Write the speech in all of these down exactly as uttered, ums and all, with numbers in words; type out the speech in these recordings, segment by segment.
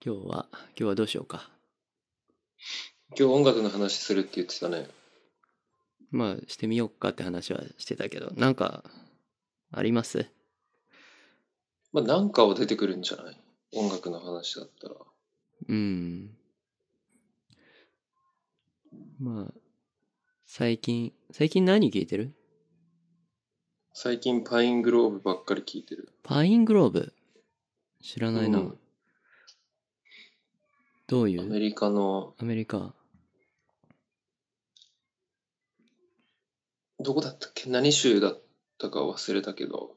今日は、今日はどうしようか。 今日音楽の話するって言ってたね。 まあ、してみようかって話はしてたけど、なんか、あります？ まあなんかは出てくるんじゃない？音楽の話だったら。 うん。まあ、最近、最近何聞いてる？ 最近パイングローブばっかり聞いてる。 パイングローブ知らないな。 うん。 どういうアメリカの、 アメリカ？ どこだったっけ？何州だったか忘れたけど、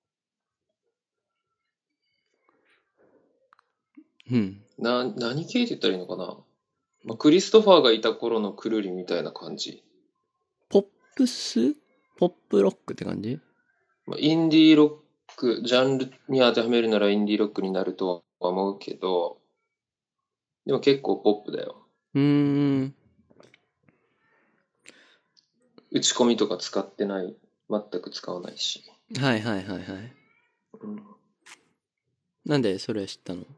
うん。 な、何系って言ったらいいのかな？まあ、クリストファーがいた頃のくるりみたいな感じ。 ポップスポップロックって感じ？ まあ、インディーロック、ジャンルに当てはめるならインディーロックになるとは思うけど、でも結構ポップだよ。 うーん。 打ち込みとか使ってない。全く使わないし。 はいはいはいはい。 うん、 なんでそれ知ったの？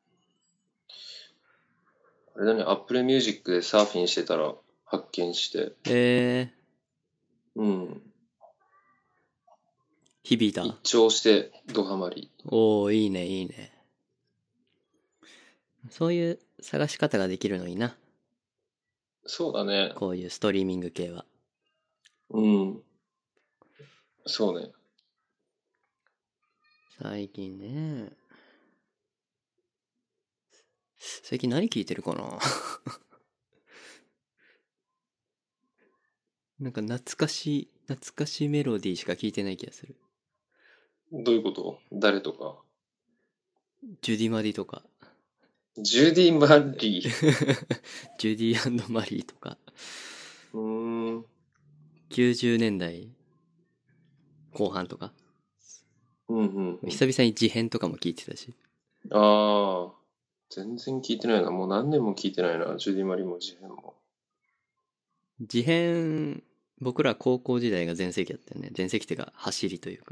あれだね、Apple Music でサーフィンしてたら発見して、 えうん、 ー、響い一た？ 聴してドハマり。 おー、いいねいいね。そういう探し方ができるのいいな。 そうだね。 こういうストリーミング系は。 うん、そうね。 最近ね。最近何聞いてるかな？なんか懐かしい、懐かしいメロディーしか聞いてない気がする。 どういうこと？誰とか？ ジュディ・マリとか。 ジュディ・マリー。 ジュディマリーとか。 うーん、 きゅうじゅうねんだいこう半とか。 うんうんうん。 久々に事変とかも聞いてたし。 ああ、全然聞いてないな。もう何年も聞いてないな。ジュディ・マリもジヘンも。 事変、僕ら高校時代が全盛期だったよね。全盛期っていうか走りというか。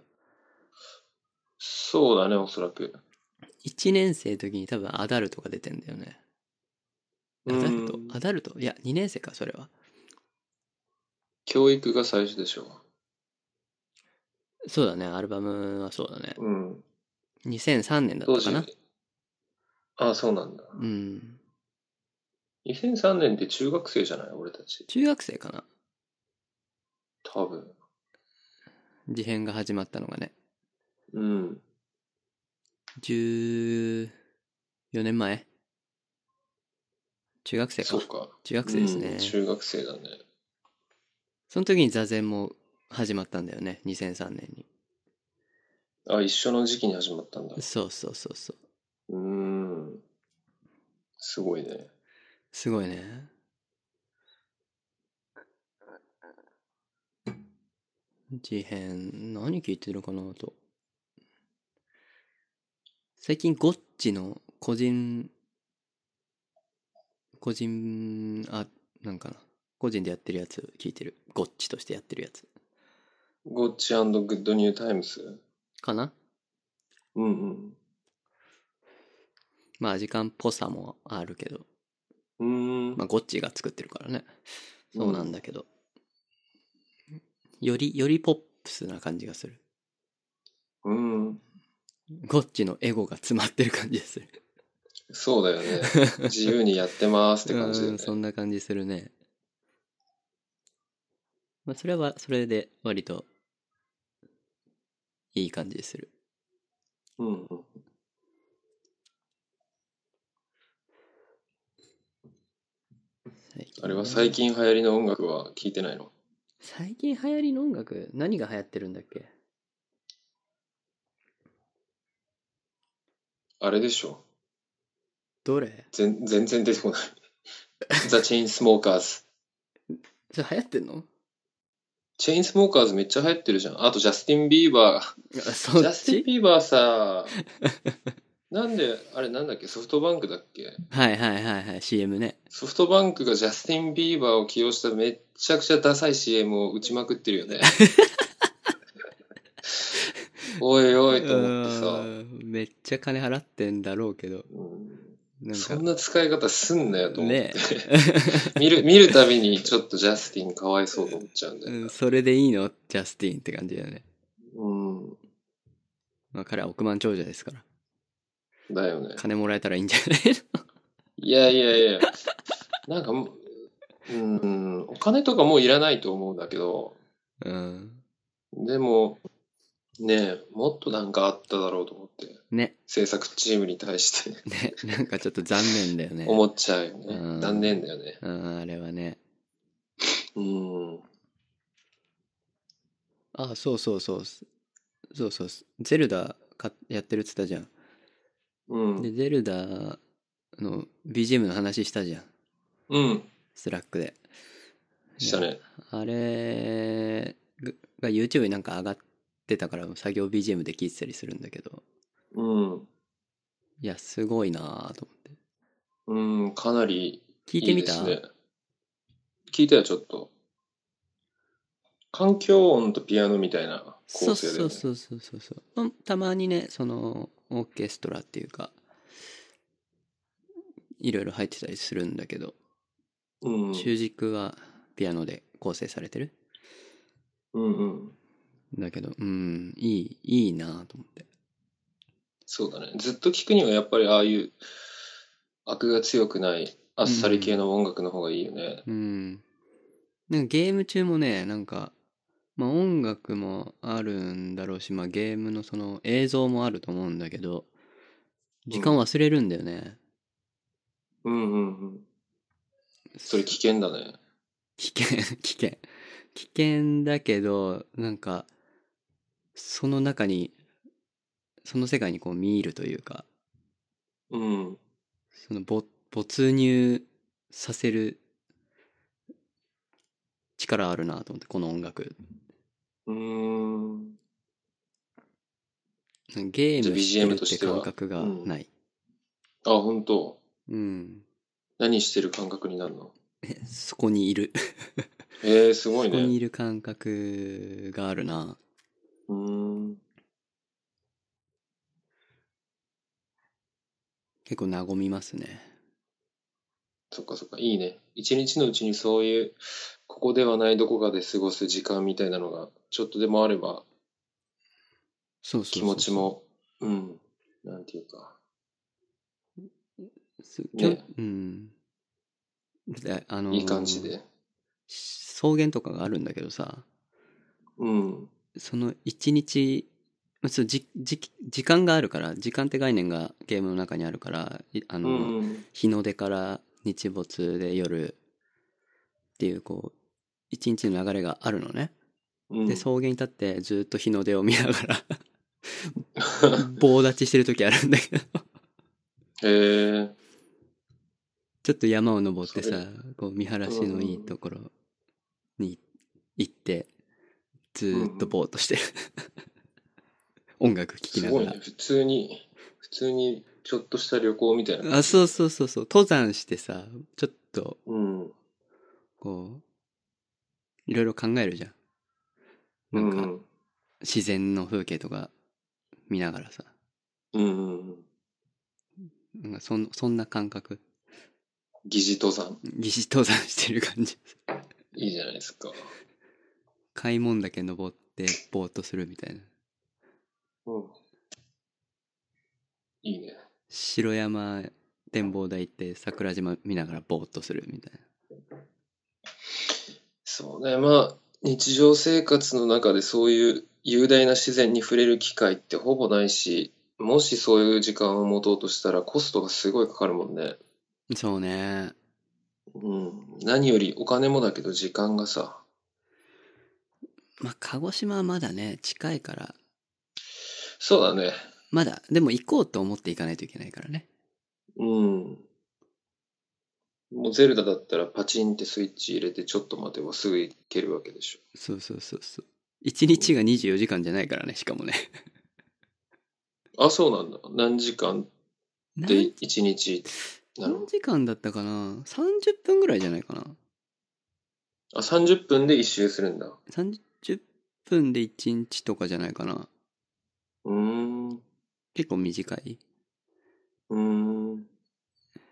そうだね、おそらく。 いちねん生の時に多分アダルトが出てんだよね。 うアダルトん、 アダルトいや、にねん生か、それは。 教育が最初でしょそうだね、アルバムはそうだね。 う。うん。 にせんさんねんだっ当時、 たかな。 ああ、そうなんだ。 うん。 にせんさんねんって中学生じゃない俺たち。 中学生かな。 多分。 事変が始まったのがね。 うん。 じゅうよねんまえ。中学生か。 そうか。 中学う生ですね。 ん、中学生だね。 その時に座禅も始まったんだよね。にせんさんねんに。 あ、一緒の時期に始まったんだ。 そうそうそうそう。 うーん。すごいね。 すごいね。事変、何聞いてるかなと。最近ゴッチの個人、個人、あ、なんかな。個人でやってるやつ聞いてる。ゴッチとしてやってるやつ。 ゴッチグッドニュータイムス。 かな。 うんうんまあ時間っぽさもあるけど。 うーん。 まあゴッチが作ってるからね。そうなんうん。 だけど。より、よりポップスな感じがする。 うん。 ゴッチのエゴが詰まってる感じがする。 そうだよね。自由にやってますって感じだうん、 よね。 そんな感じするね。まあそれは、それで割といい感じする。 うんうん。 最近あれは最ね。 近流行りの音楽は聞いてないの？ 最近流行りの音楽、何が流行ってるんだっけ？ あれでしょ。 どれ？ 全全然出てこない。ザ・チェインスモーカーズ。 それ流行ってんの？ チェインスモーカーズめっちゃ流行ってるじゃん。あとジャスティン・ビーバー。 あ、そジャスティン・っち？ ビーバーさ、なんで、あれなんだっけ、ソフトバンクだっけ？ はいはいはいはい、シーエム ね。 ソフトバンクがジャスティン・ビーバーを起用しためっちゃくちゃダサい シーエム を打ちまくってるよね。おいおういと思ってさ。 ーん、めっちゃ金払ってんだろうけど。 うん、 なんかそんな使い方すんなよと思って、 ね見る見るたびにちょっとジャスティンかわいそうと思っちゃうんだよな。 うん、それでいいのジャスティンって感じだよね。 うん。 まあ彼は億万長者ですから。 だよね。 金もらえたらいいんじゃないいやいやいや、なんかもう、うん、お金とかもういらないと思うんだけど、 の。うん。 でも、ねえ、もっとなんかあっただろうと思って、 ね。 制作チームに対してね。なんかちょっと残念だよね。 思っちゃうよね。 うん残念だよね。 うん、あれはね。 うん。 あ、そうそうそう。そうそう。ゼルダかやってるって言ったじゃん。で、 うん。 ゼルダの ビージーエム の話したじゃん。 うん。 スラックで。 したね。 あれが YouTube になんか上がってたから作業 ビージーエム で聴いてたりするんだけど、 うん。 いや、すごいなぁと思って。 うん、かなりいい聞いてみた？ ですね。聞いたよ、ちょっと。環境音とピアノみたいなそう構成だよね。 そうそうそうそうそう。まあたまにね、その、オーケストラっていうか、いろいろ入ってたりするんだけど、 うん。 主軸はピアノで構成されてる。 うんうん。 だけど、うん、いい、いいなぁと思って。 そうだね。ずっと聞くにはやっぱりああいう悪が強くないあっさり系の音楽の方がいいよね。 うん。なんかゲーム中もね、なんか、まあ音楽もあるんだろうし、まあゲームのその映像もあると思うんだけど、時間うん。 忘れるんだよね。 うんうんうん。それ危険だね。 危険、危険。危険だけど、なんか、その中に、その世界にこう見入るというか、 うん。 その没没入させる力あるなと思って、この音楽。 うーん。じゃあゲームしてるビージーエムって感としては。うん。 覚がない。 あ、本当。 うん。 何してる感覚になるの？ そこにいる。 えー、すごいね。 そこにいる感覚があるな。 うーん。 結構和みますね。 そっかそっか、いいね。一日のうちにそういう、ここではないどこかで過ごす時間みたいなのが、ちょっとでもあれば、 そうそ気うそうそう。 持ちも、うん、なんていうか、 すきょね、 うん。で、あのいい感じーで。 草原とかがあるんだけどさ、 うん、 その一日、まあそうじじ時間があるから、時間って概念がゲームの中にあるから、いあうの、 ん、 日の出から日没で夜っていうこう、一日の流れがあるのね。で、 うん。 草原に立ってずっと日の出を見ながら棒立ちしてる時あるんだけどへえ、 ちょっと山を登ってそれ、 さ、こう見晴らうしのいいん、 ところに行って、ずうん、うーっとん。 ぼーっとしてる音楽聴きながら。 すごいね。普通に、普通にちょっとした旅行みたいなあ、 感じ。 そうそうそうそう。登山してさ、ちょっと、 うん、 こう、いろいろ考えるじゃん。 うん、 なんか、 うん、 自然の風景とか見ながらさ。 うん、うん。 なんかそん、そんな感覚。 疑似登山。 疑似登山してる感じ。 いいじゃないですか。 買い物だけ登ってぼーっとするみたいな。 うん、いいね。 城山展望台行って桜島見ながらぼーっとするみたいな。 そうね。まあ、日常生活の中でそういう雄大な自然に触れる機会ってほぼないし、もしそういう時間を持とうとしたらコストがすごいかかるもんね。 そうね。 うん。何よりお金もだけど時間がさ。 まあ、鹿児島はまだね、近いから、 そうだね。 まだ、でも行こうと思って行かないといけないからね。 うん。もうゼルダだったらパチンってスイッチ入れてちょっと待てばすぐ行けるわけでしょ。 そうそうそうそう。一日がにじゅうよじかんじゃないからね、しかもね。 あ、そうなんだ。何時間で何、 一日なの？ 何時間だったかな？ さんじゅっ 分ぐらいじゃないかな。 あ、さんじゅっぷんで一周するんだ。 さんじゅっぷんでいちにちとかじゃないかな。 うーん。う結構短い。 ーん。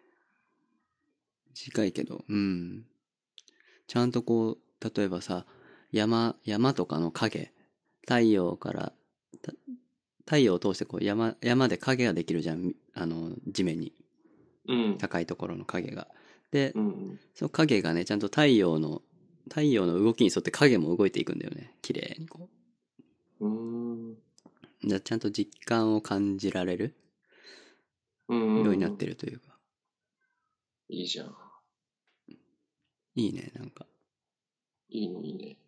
短いけど、うん。ちゃんとこう、例えばさ、山、山とかの影、太陽から、た太陽を通してこう山、山で影ができるじゃん。あの、地面に。 うん。 高いところの影が。で、 うん。 その影がね、ちゃんと太陽の、太陽の動きに沿って影も動いていくんだよね。綺麗にこうーん。 う。じゃあちゃんと実感を感じられるうんようになっうんうん。 てるというか。 いいじゃん。 いいね、なんか。 いいね、いいね。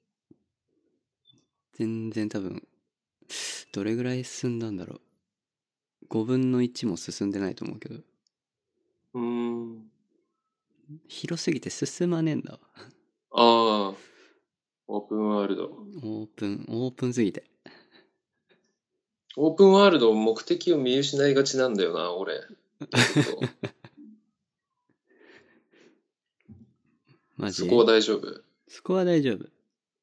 全然多分、どれぐらい進んだんだろう。ごぶんのいちも進んでないと思うけど。 うーん。 広すぎて進まねえんだわ。 ああ、オープンワールド。 オープン、オープンすぎて。 オープンワールド、目的を見失いがちなんだよな、俺。やると。 マそこはジ大丈夫。 そこは大丈夫。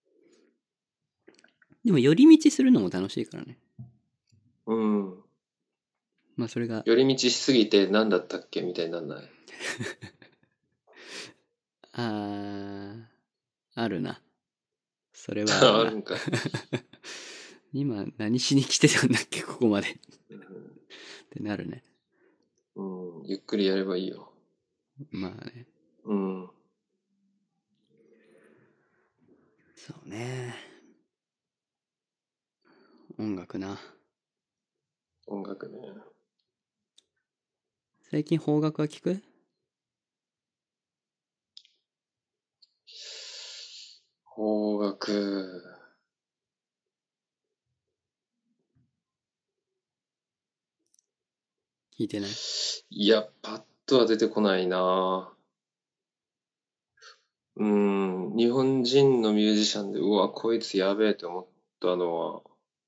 でも寄り道するのも楽しいからね。 うん。 まあそれが、 寄り道しすぎて何だったっけみたいになんない。 あー、あるな。それはあるな。 あるんかい。 今何しに来てたんだっけ、ここまで。っうんてなるね。 うん、ゆっくりやればいいよ。 まあね。 うん。 そうね。音楽な。 音楽ね。 最近邦楽は聞く？ 邦楽。 聞いてない？ いや、パッとは出てこないな。うん。日本人のミュージシャンで、うわ、こいつやべえって思ったのは、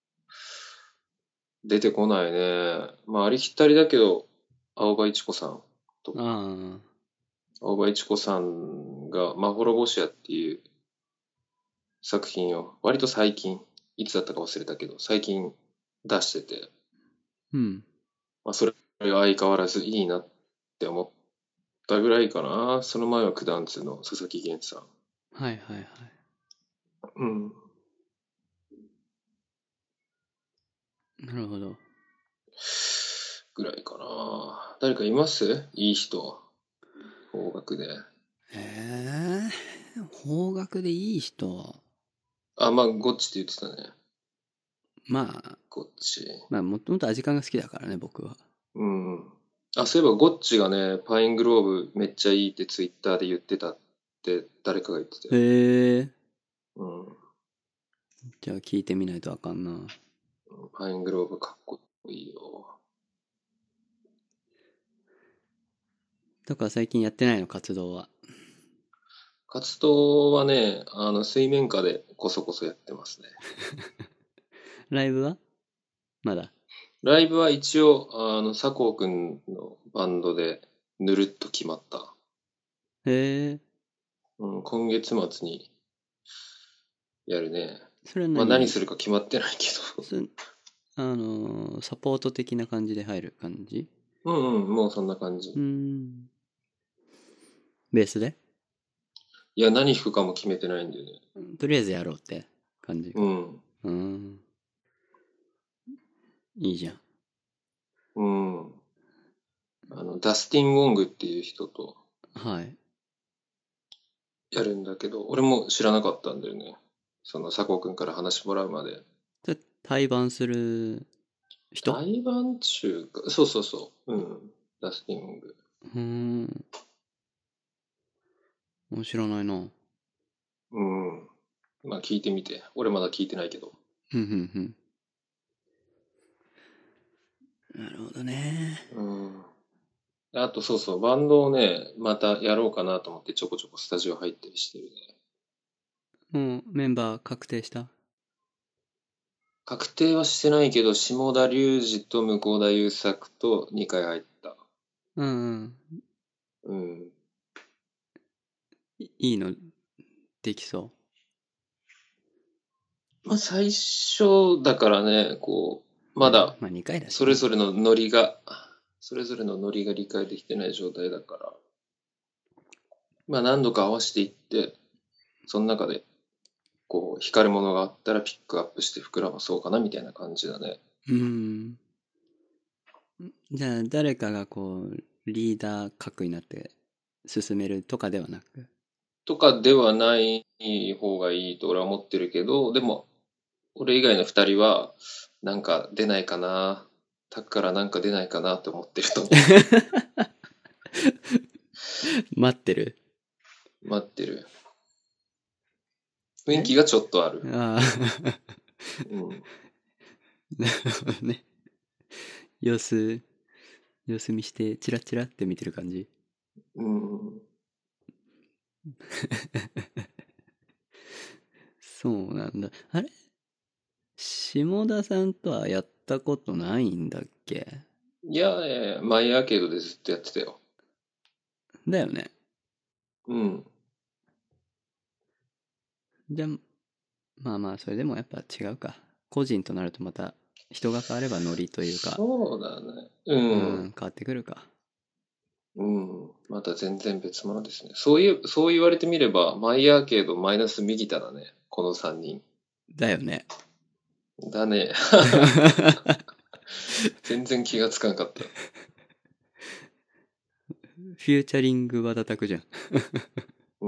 出てこないね。まあ、ありきたりだけど、青葉一子さんとか、 あ青葉一子さんが、まほろぼしやっていう作品を、割と最近、いつだったか忘れたけど、最近出してて、 ー、うん。 まあ、それが相変わらずいいなって思ったぐらいかな。その前は九段図の佐々木源さん。 はいはいはい。 うん。 なるほど。 ぐらいかな。誰かいますいい人。邦楽で。 えー、邦楽でいい人。 あ、まあ、ゴッチって言ってたね。 まあ、 ゴッチ。 まあもともとアジカンが好きだからね、僕は。 うん。あ、そういえばゴッチがね、パイングローブめっちゃいいってツイッターで言ってたって誰かが言ってたよ。 へえ。 うん。 じゃあ聞いてみないとあかんな。 パイングローブかっこいいよ。 だから最近やってないの、活動は。 活動はね、あの、水面下でこそこそやってますね。 ライブはまだ。 ライブは一応、あの、佐藤くんのバンドでぬるっと決まった。 へえ。 うん、今月末にやるね。 それはまあ何何？ するか決まってないけど。 そあのーサポート的な感じで入る感じ？ うんうん、もうそんな感じ。 うーん。ベースでいや、何弾くかも決めてないんだよね。 とりあえずやろうって感じか。 うん。 うーん。いいじゃん。 うん。あの、ダスティン・ウォングっていう人とはい。 やるんだけど、俺も知らなかったんだよね。その佐藤くんから話もらうまで。 で、対バンする人？ 台湾中か、そうそうそう。うん。ダスティン・ウォング。 うーん。もう知らないな。 うん。まあ聞いてみて。俺まだ聞いてないけど。 ふんふんふん。なるほどね。 うん。あとそうそう、バンドをね、またやろうかなと思ってちょこちょこスタジオ入ったりしてるね。 もうメンバー確定した？ 確定はしてないけど、下田隆二と向田優作とにかい入った。 うんうん。 うん。 いいいのできそまあ最初だからね、こう、 う。 まだまあにかいだしな。 それぞれのノリが、それぞれのノリが理解できてない状態だから、 まあ何度か合わせていって、その中で、こう、光るものがあったらピックアップして膨らまそうかなみたいな感じだね。 うん。じゃあ誰かがこうリーダー格になって進めるとかではなく。 とかではない方がいいと俺は思ってるけど、でも、俺以外の二人は、なんか出ないかな、タックからなんか出ないかなって思ってると思待ってる。 う。待ってる。雰囲気がちょっとある。 ああ。 うん。 なるほどね。様子、様子見してチラチラって見てる感じ。 うん。 そうなんだ。あれ下田さんとはやったことないんだっけ？ いや、えーマイアーケードでずっとやってたよ。 だよね。 うん。 じゃあ、まあまあ、それでもやっぱ違うか。個人となるとまた人が変わればノリというか、 そうだね。ううん、 ん。 変わってくるか。 うん。また全然別物ですね。そういう、そう言われてみれば、マイアーケードマイナス右田だね。このさんにん。 だよね。 だね。全然気がつかなかった。 フューチャリングは叩くじゃん。 うん。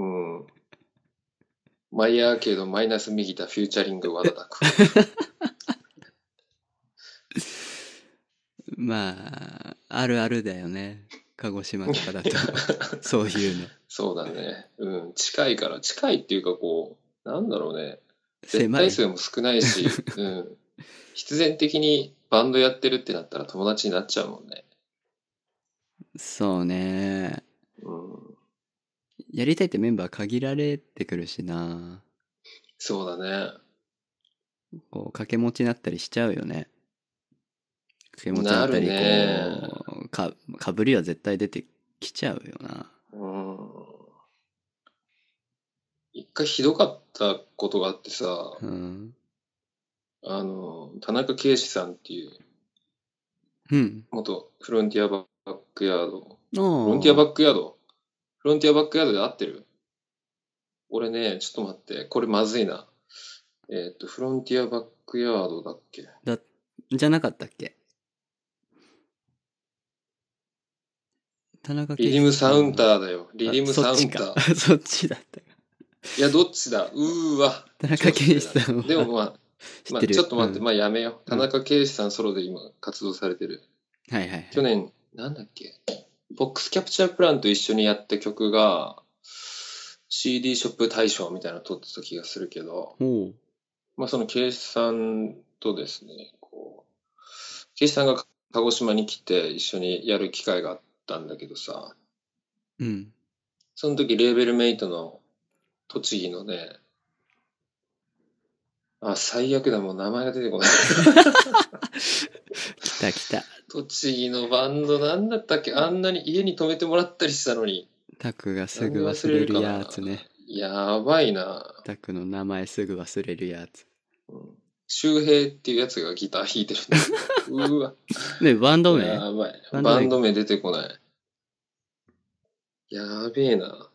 マイアーケードマイナス右田フューチャリング和田拓。 まあ、あるあるだよね。鹿児島とかだと、そういうの。 そうだね。うん。近いから、近いっていうかこう、なんだろうね。絶狭い。 対数も少ないし、うん。必然的にバンドやってるってなったら友達になっちゃうもんね。 そうね。 うん。 やりたいってメンバー限られてくるしな。 そうだね。 こう、掛け持ちになったりしちゃうよね。掛け持ちにななるったり、 ね。 こう、か、かぶりは絶対出てきちゃうよな。 うん。一回ひどかったことがあってさ、 うん。 あの、田中圭司さんっていう、 うん。 元フロンティアバックヤード。フロンティアああ。 バックヤードフロンティアバックヤードで合ってる？俺ね、ちょっと待って、これまずいな。えっと、フロンティアバックヤードだっけ？ だ、じゃなかったっけ？田中圭リリムサウンタさんは、 ーだよ。リあ、 リムサそっちか。 ウンター。 そっちだったか。 いや、どっちだ？うーわ。 田中超失圭礼だね。 さんは、 でもまあ、まあ、 知ってる。 ちょっと待って、 うん。 まあやめよう。田うん。 中圭司さんソロで今活動されてる。 はいはいはい。 去年、なんだっけ？ボックスキャプチャープランと一緒にやった曲が、シーディー ショップ大賞みたいなの撮ってた気がするけど、 おう。 まあその圭司さんとですね、こう、圭司さんが鹿児島に来て一緒にやる機会があったんだけどさ、 うん。 その時レーベルメイトの栃木のね、あ、最悪だ、もう名前が出てこない。 来た来た。 栃木のバンドなんだったっけ？あんなに家に泊めてもらったりしたのに。 タクがすなんでぐ忘れる忘れるかな。 やつね。 やばいな。 タクの名前すぐ忘れるやつ。 うん、周平っていうやつがギター弾いてるんだけど。うーわ。 で、バンド名やばい。 バンド名バンド名出てこない。やべえな。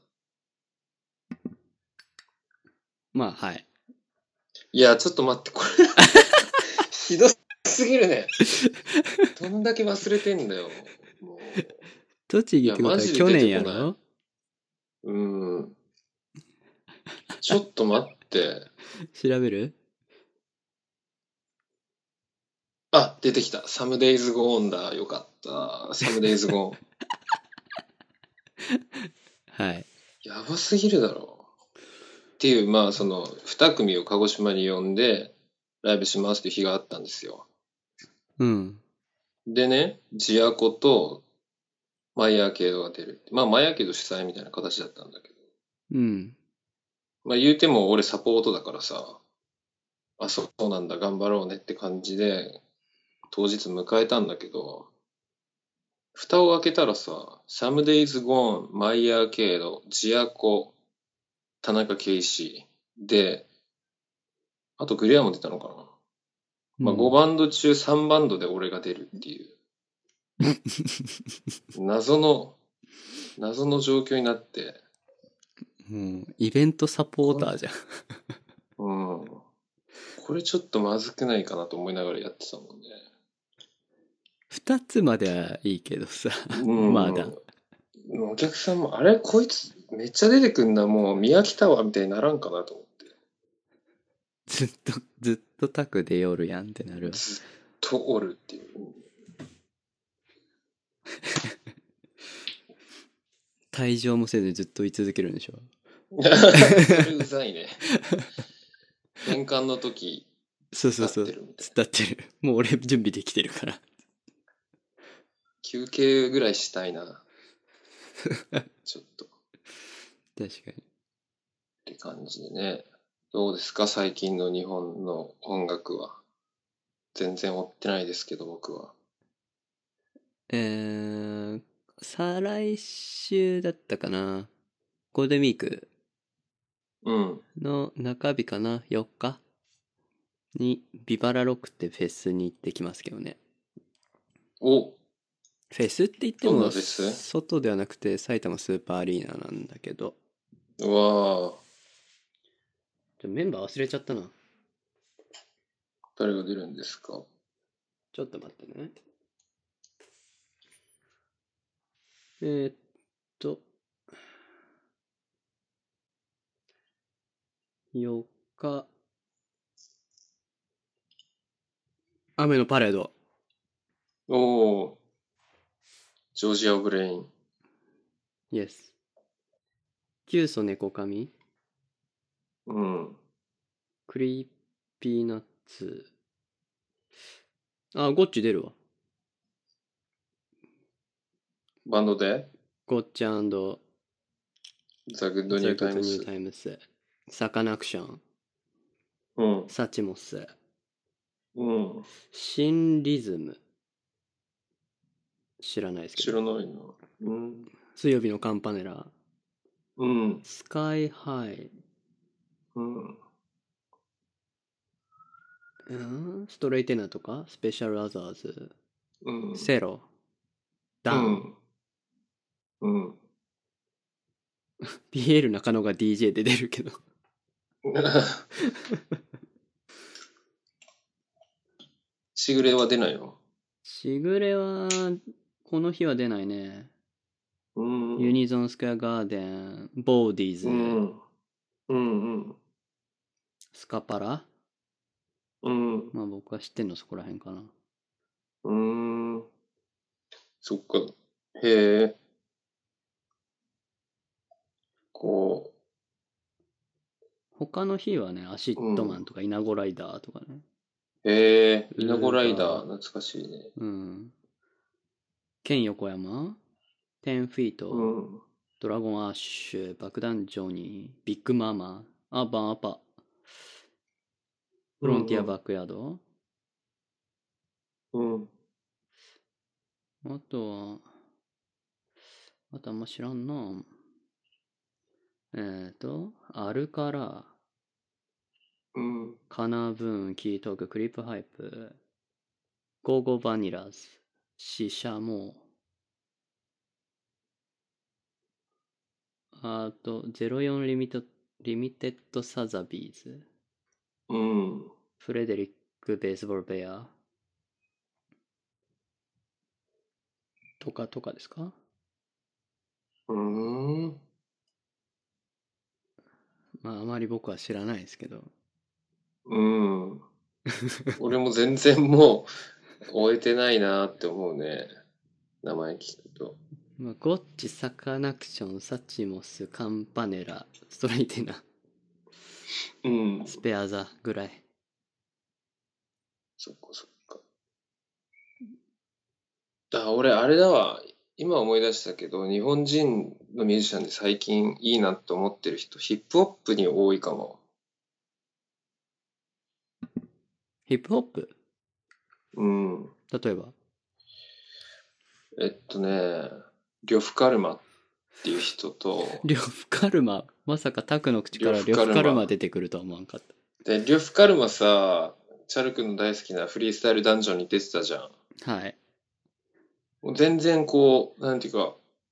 まあ、はい。 いや、ちょっと待って、これ。ひどすぎるね。どんだけ忘れてんだよ。もう栃木ってことは去年やろ？ うん。ちょっと待って。 調べる？ あ、出てきた。サムデイズゴーンだ。よかった。サムデイズゴーン。 はい。 やばすぎるだろ。っていう、まあ、その、二組を鹿児島に呼んで、ライブしますっていう日があったんですよ。 うん。 でね、ジアコとマイアーケードが出る。まあ、マイアーケード主催みたいな形だったんだけど。 うん。 まあ、言うても俺サポートだからさ、あ、そうなんだ、頑張ろうねって感じで、当日迎えたんだけど、蓋を開けたらさ、サムデイズ・ゴーン、マイアーケード、ジアコ、田中圭司で、あとグレアも出たのかな。まあ、ごバンド中さんバンドで俺が出るっていう、謎の、謎の状況になって、 もうイベントサポーターじゃん。 うん。これちょっとまずくないかなと思いながらやってたもんね。 二つまではいいけどさ、 うん。 まだ。 お客さんも、あれこいつめっちゃ出てくんな、もう宮城タワーみたいにならんかなと思って。 ずっと、ずっとタクで夜やんってなるわ。 ずっとおるっていう。 退場もせずずっと居続けるんでしょ。 それうざいね。返還の時、 そうそうそう。 立ってるみたい伝ってる。もう俺準備できてるから。 休憩ぐらいしたいな。ちょっと。っ確かに。 て感じでね。どうですか最近の日本の音楽は。全然追ってないですけど、僕は。 えー、再来週だったかな。ゴールデンウィークうん。 の中日かな、よっかにビバラロックってフェスに行ってきますけどね。 お、 フェスって言ってどんなもフェス？ 外ではなくて埼玉スーパーアリーナなんだけど、 うわぁ、 ちょメンバー忘れちゃったな。 誰が出るんですか？ ちょっと待ってね。えー、っとよっか、雨のパレード。 おー、ジョージア・オブレイン。 イエス。キュウソネコカミ、 うん。 クリーピーナッツ。あ、ゴッチ出るわ。 バンドでゴッチ&ザ・ザ・グッド・ニュー・グッド・ニュータイムス。 タイムス。サカナクション。 うん。 サチモス。 うん。 シンリズム。知らないですけど。 知らないな。うん。 水曜日のカンパネラ。 うん。 スカイハイ。 うん。 うんストレイテナーとかスペシャルアザーズ。 うん。 セロ。ダン。 うん。うん。 ピエール中野が ディージェー で出るけど。 しぐれは出ないの？ しぐれは、この日は出ないね。 うん。 ユニゾンスクエアガーデン、ボーディーズ、 うん。うん。 スカパラ。 うん。 まあ僕は知ってんのそこら辺かな。 うん。そっか。へえ。こ他の日はね、アシットマンとかイナゴライダーとかね。 う。へえ。 ウーバーイナゴライダー、懐かしいね。 うん。ケン横山、テンフィート、 うん。 ドラゴンアッシュ、爆弾ジョニー、ビッグママ、アーバンアパ、フロンティアバックヤード、 うん。 あとは、あとあんま知らんな。えーと、アルカラ、 うん。 カナブーン、キートーク、クリップハイプ、ゴーゴーバニラズ、シシャモあと、ゼロよんリミテッド、リミテッドサザビーズ、 うん。 フレデリック・ベースボール・ベアとかとかですか？ うん。 まあ、あまり僕は知らないですけど。 うん。俺も全然もう終えてないなって思うね。名前聞くと。 まあ、ゴッチ、サカナクション、サチモス、カンパネラ、ストライテナ、 うん。 スペアザぐらい。 そっかそっか。あ、俺あれだわ。今思い出したけど、日本人のミュージシャンで最近いいなって思ってる人、ヒップホップに多いかも。 ヒップホップうん。 例えばえっとね、リョフカルマっていう人と、 リョフカルマ。まさかタクの口からリョフカルマ出てくるとは思わんかった。 で、リョフカルマさ、チャル君の大好きなフリースタイルダンジョンに出てたじゃん。 はい。 もう全然こう、なんていうか、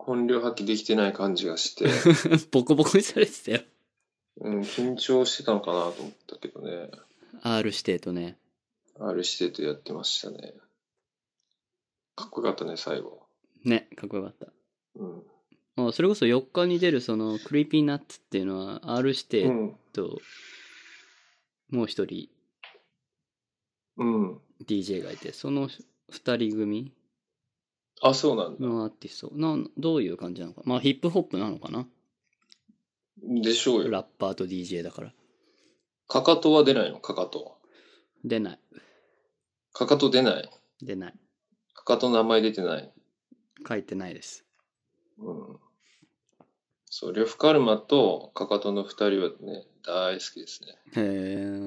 本領発揮できてない感じがして、 ボコボコにされてたよ。 うん、緊張してたのかなと思ったけどね。 R 指定とね。 R 指定とやってましたね。かっこよかったね、最後。 ね、かっこよかった。 うん。 あ、それこそよっかに出るそのクリーピーナッツっていうのは R 指う定ん。 ともう一人うん。 ディージェー がいて、その二人組あ、そうなんだ。 のアーティストな、どういう感じなのか。まあヒップホップなのかな。 でしょうよ。 ラッパーと ディージェー だから。 かかとは出ないのかかと。 出ない。 かかと出ない。 出ない。 かかとの名前出てない。 書いてないです。 うん。そう、呂布カルマとかかとの二人はね、大好きですね。 へえ。うん。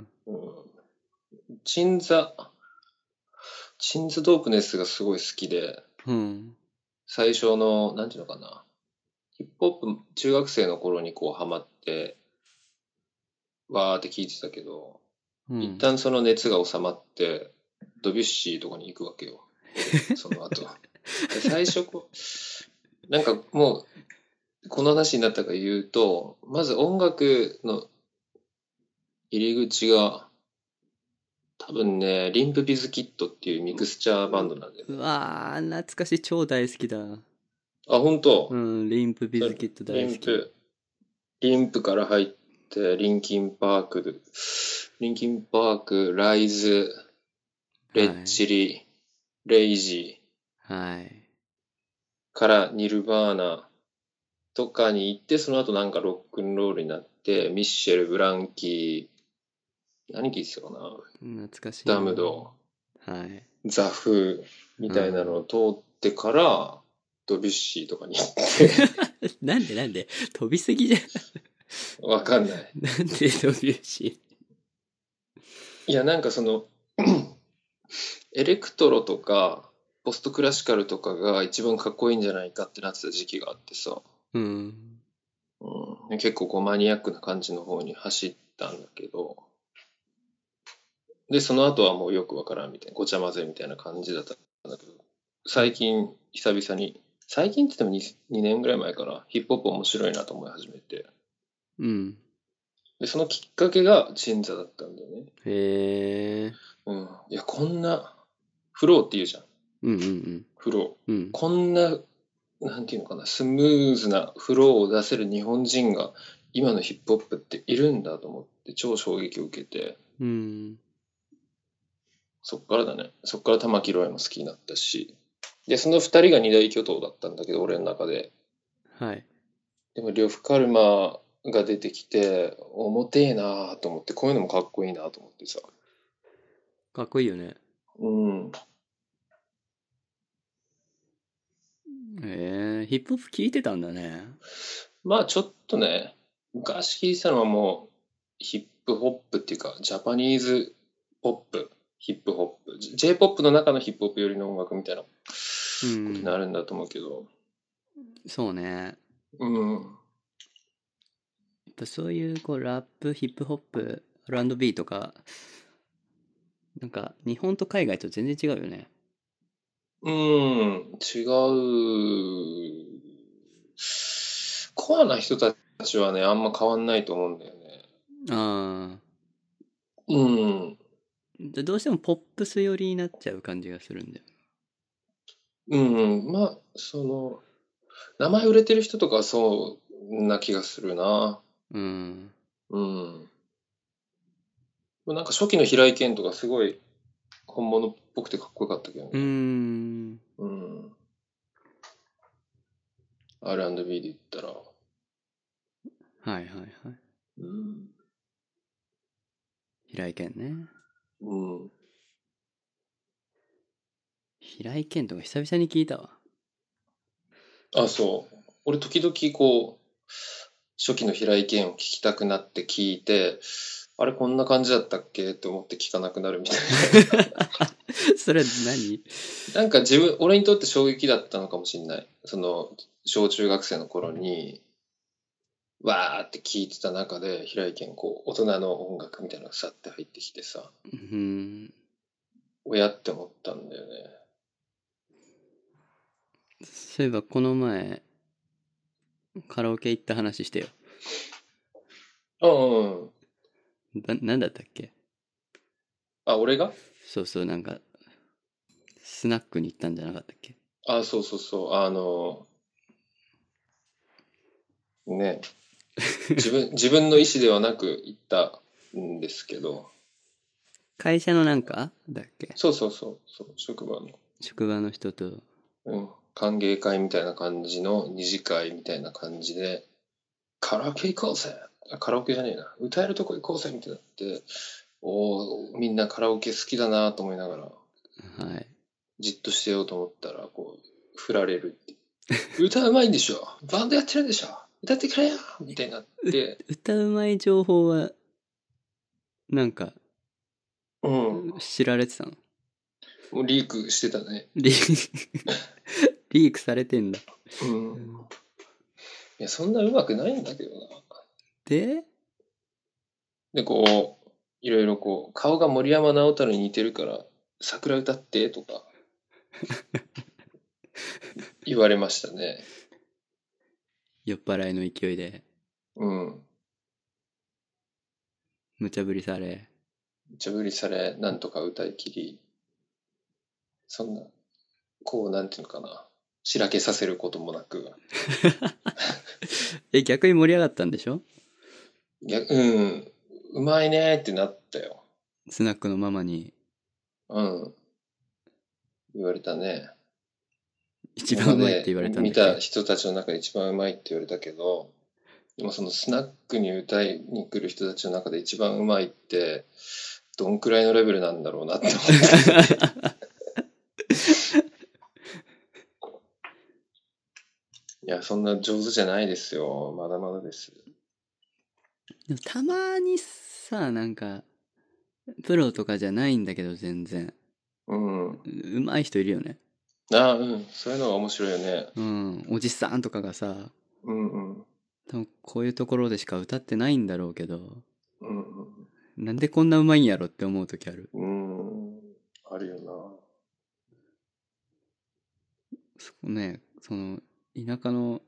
鎮座、鎮座ドープネスがすごい好きで、 うん最初の、なんていうのかな。ヒップホップ、中学生の頃にこうハマって、わーって聞いてたけど、 うん、 一旦その熱が収まって、ドビュッシーとかに行くわけよ。その後。で最初こう、なんかもう、この話になったか言うと、まず音楽の入り口が、多分ね、リンプビズキットっていうミクスチャーバンドなんだよね。 うわー、懐かしい。超大好きだ。 あ、本当。 うん、リンプビズキット大好き。 リンプ、リンプから入って、リンキンパーク、リンキンパーク、ライズ、レッチリ、レイジはい。 ーからニルバーナとかに行って、その後なんかロックンロールになって、ミッシェル、ブランキー、何聞いてたかな、 懐かしいな。 ダムド、 はい。 ザフみたいなのを通ってから、ドビュッシーとかに行ってなんでなんで飛びすぎじゃん。 わかんない。 なんで飛びュし。 いや、なんかその、エレクトロとか、ポストクラシカルとかが一番かっこいいんじゃないかってなってた時期があってさ、 うん。 うん、結構こうマニアックな感じの方に走ったんだけど、で、その後はもうよくわからんみたいな、ごちゃ混ぜみたいな感じだったんだけど、最近、久々に、最近って言っても に, にねんぐらい前からヒップホップ面白いなと思い始めて、 うん。 で、そのきっかけが鎮座だったんだよね。 へえ。 うん。いや、こんな、フローって言うじゃん。 うんうんうん。 フロー。 うん。 こんな、なんていうのかな、スムーズなフローを出せる日本人が、今のヒップホップっているんだと思って、超衝撃を受けて、 うん。 そっからだね。そっから玉木ロエも好きになったし、で、その二人が二大巨頭だったんだけど、俺の中で。 はい。 でも、呂布カルマが出てきて、重てえなと思って、こういうのもかっこいいなと思ってさ。 かっこいいよね。 うん。 へえ、ヒップホップ聞いてたんだね。 まあ、ちょっとね、昔聞いてたのはもう、ヒップホップっていうか、ジャパニーズポップ、ヒップホップ、J-ポップの中のヒップホップ寄りの音楽みたいなことになるんだと思うけど、 そうね。 うん。 やっぱそういうこうラップ、ヒップホップ、アールアンドビー とか、なんか日本と海外と全然違うよね。 うん、違う。コアな人たちはね、あんま変わんないと思うんだよね。 あうん。 あ。どうしてもポップス寄りになっちゃう感じがするんだよ。 うん。まあ、その、名前売れてる人とかはそうな気がするな。 うん。 うん。なんか初期の平井堅とかすごい本物っぽくてかっこよかったけどうーね。 ん。 うん。アールアンドビー で言ったら。 はいはいはい。 うん。 平井堅ね。 うん。 平井堅とか久々に聞いたわ。 あ、そう。俺時々こう、初期の平井堅を聞きたくなって聞いて、あれこんな感じだったっけって思って聞かなくなるみたいそれ何？ な。なんか自分、俺にとって衝撃だったのかもしれない。その、小中学生の頃に、わーって聞いてた中で、平井堅こう、大人の音楽みたいなのがさって入ってきてさ、 うーん。 親って思ったんだよね。 そういえばこの前カラオケ行った話してよ。 うんうん。 な、なんだったっけ？ あ、俺がそうそう、なんかスナックに行ったんじゃなかったっけ？ あ、そうそうそう。あの、ね、自分、自分の意思ではなく行ったんですけど、 会社のなんかだっけ？ そうそうそう、そう、職場の、 職場の人と。 うん、歓迎会みたいな感じの二次会みたいな感じで、カラオケ行こうぜ。あカラオケじゃねえな。歌えるとこ行こうぜみたいになって、おー、みんなカラオケ好きだなと思いながら、 はい。 じっとしてようと思ったら、こう、振られるって。歌うまいんでしょバンドやってるんでしょ歌ってくれよみたいになって、 歌うまい情報はなんかうん、 知られてたの？ もうリークしてたね。 リリークされてんだ。 う。 うんん。 いや、そんな上手くないんだけどな。 で、 で、こう、いろいろこう、顔が森山直太朗に似てるから、桜歌ってとか言われましたね。 酔っ払いの勢いでうん。 無茶ぶりされ。 無茶ぶりされ、なんとか歌い切り、そんな、こう、なんていうのかな。しらけさせることもなく。 え、逆に盛り上がったんでしょ？ いや、うん、うまいねってなったよ。 スナックのママにうん。言われたね。 一今まで番うまいって言われたん見だっけ？ た人たちの中で一番うまいって言われたけど、でもそのスナックに歌いに来る人たちの中で一番うまいって、どんくらいのレベルなんだろうなって思って。いや、そんな上手じゃないですよ。まだまだです。 でもたまにさ、なんかプロとかじゃないんだけど全然うん。 ううまい人いるよね。 ああ、うん。そういうのが面白いよね。 うん、おじさんとかがさ、 うんうん。 多分こういうところでしか歌ってないんだろうけど、 うんなんでこんなうまいんやろって思う時ある。 うん。うん。あるよな。 ね、その田舎の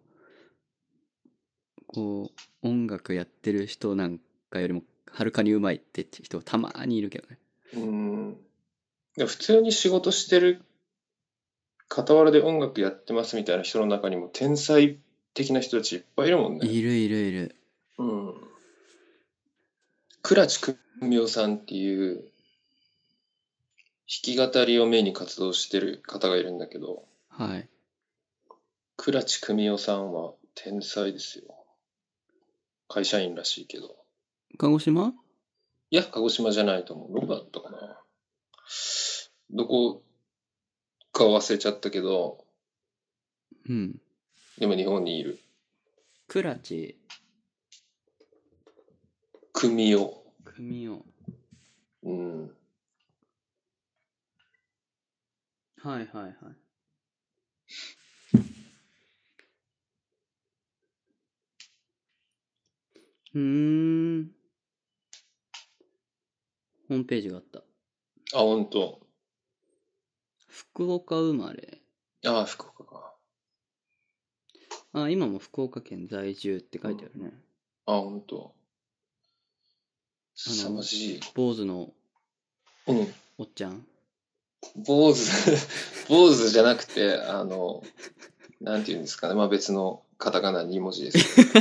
こう音楽やってる人なんかよりもはるかにうまいって人たまにいるけどね。 うん。で普通に仕事してる傍らで音楽やってますみたいな人の中にも天才的な人たちいっぱいいるもんね。 いるいるいる。 うん。倉知久美夫さんっていう弾き語りをメインに活動してる方がいるんだけど、 はい。 倉知久美夫さんは天才ですよ。会社員らしいけど。 鹿児島？ いや、鹿児島じゃないと思う。どこだったかな。どこか忘れちゃったけど、 うん。 でも日本にいる。 クラチ久美夫。 組を。 うん。 はいはいはい。うーん。ホームページがあった。 あ、ほんと。 福岡生まれ。 ああ、福岡か。 あ、今も福岡県在住ってうん。 書いてあるね。 あ、ほんと。 あの、 凄まじい。 坊主のうん。 おっちゃん。 坊主、坊主じゃなくて、あの、なんていうんですかね。まあ別のカタカナに文字ですけど。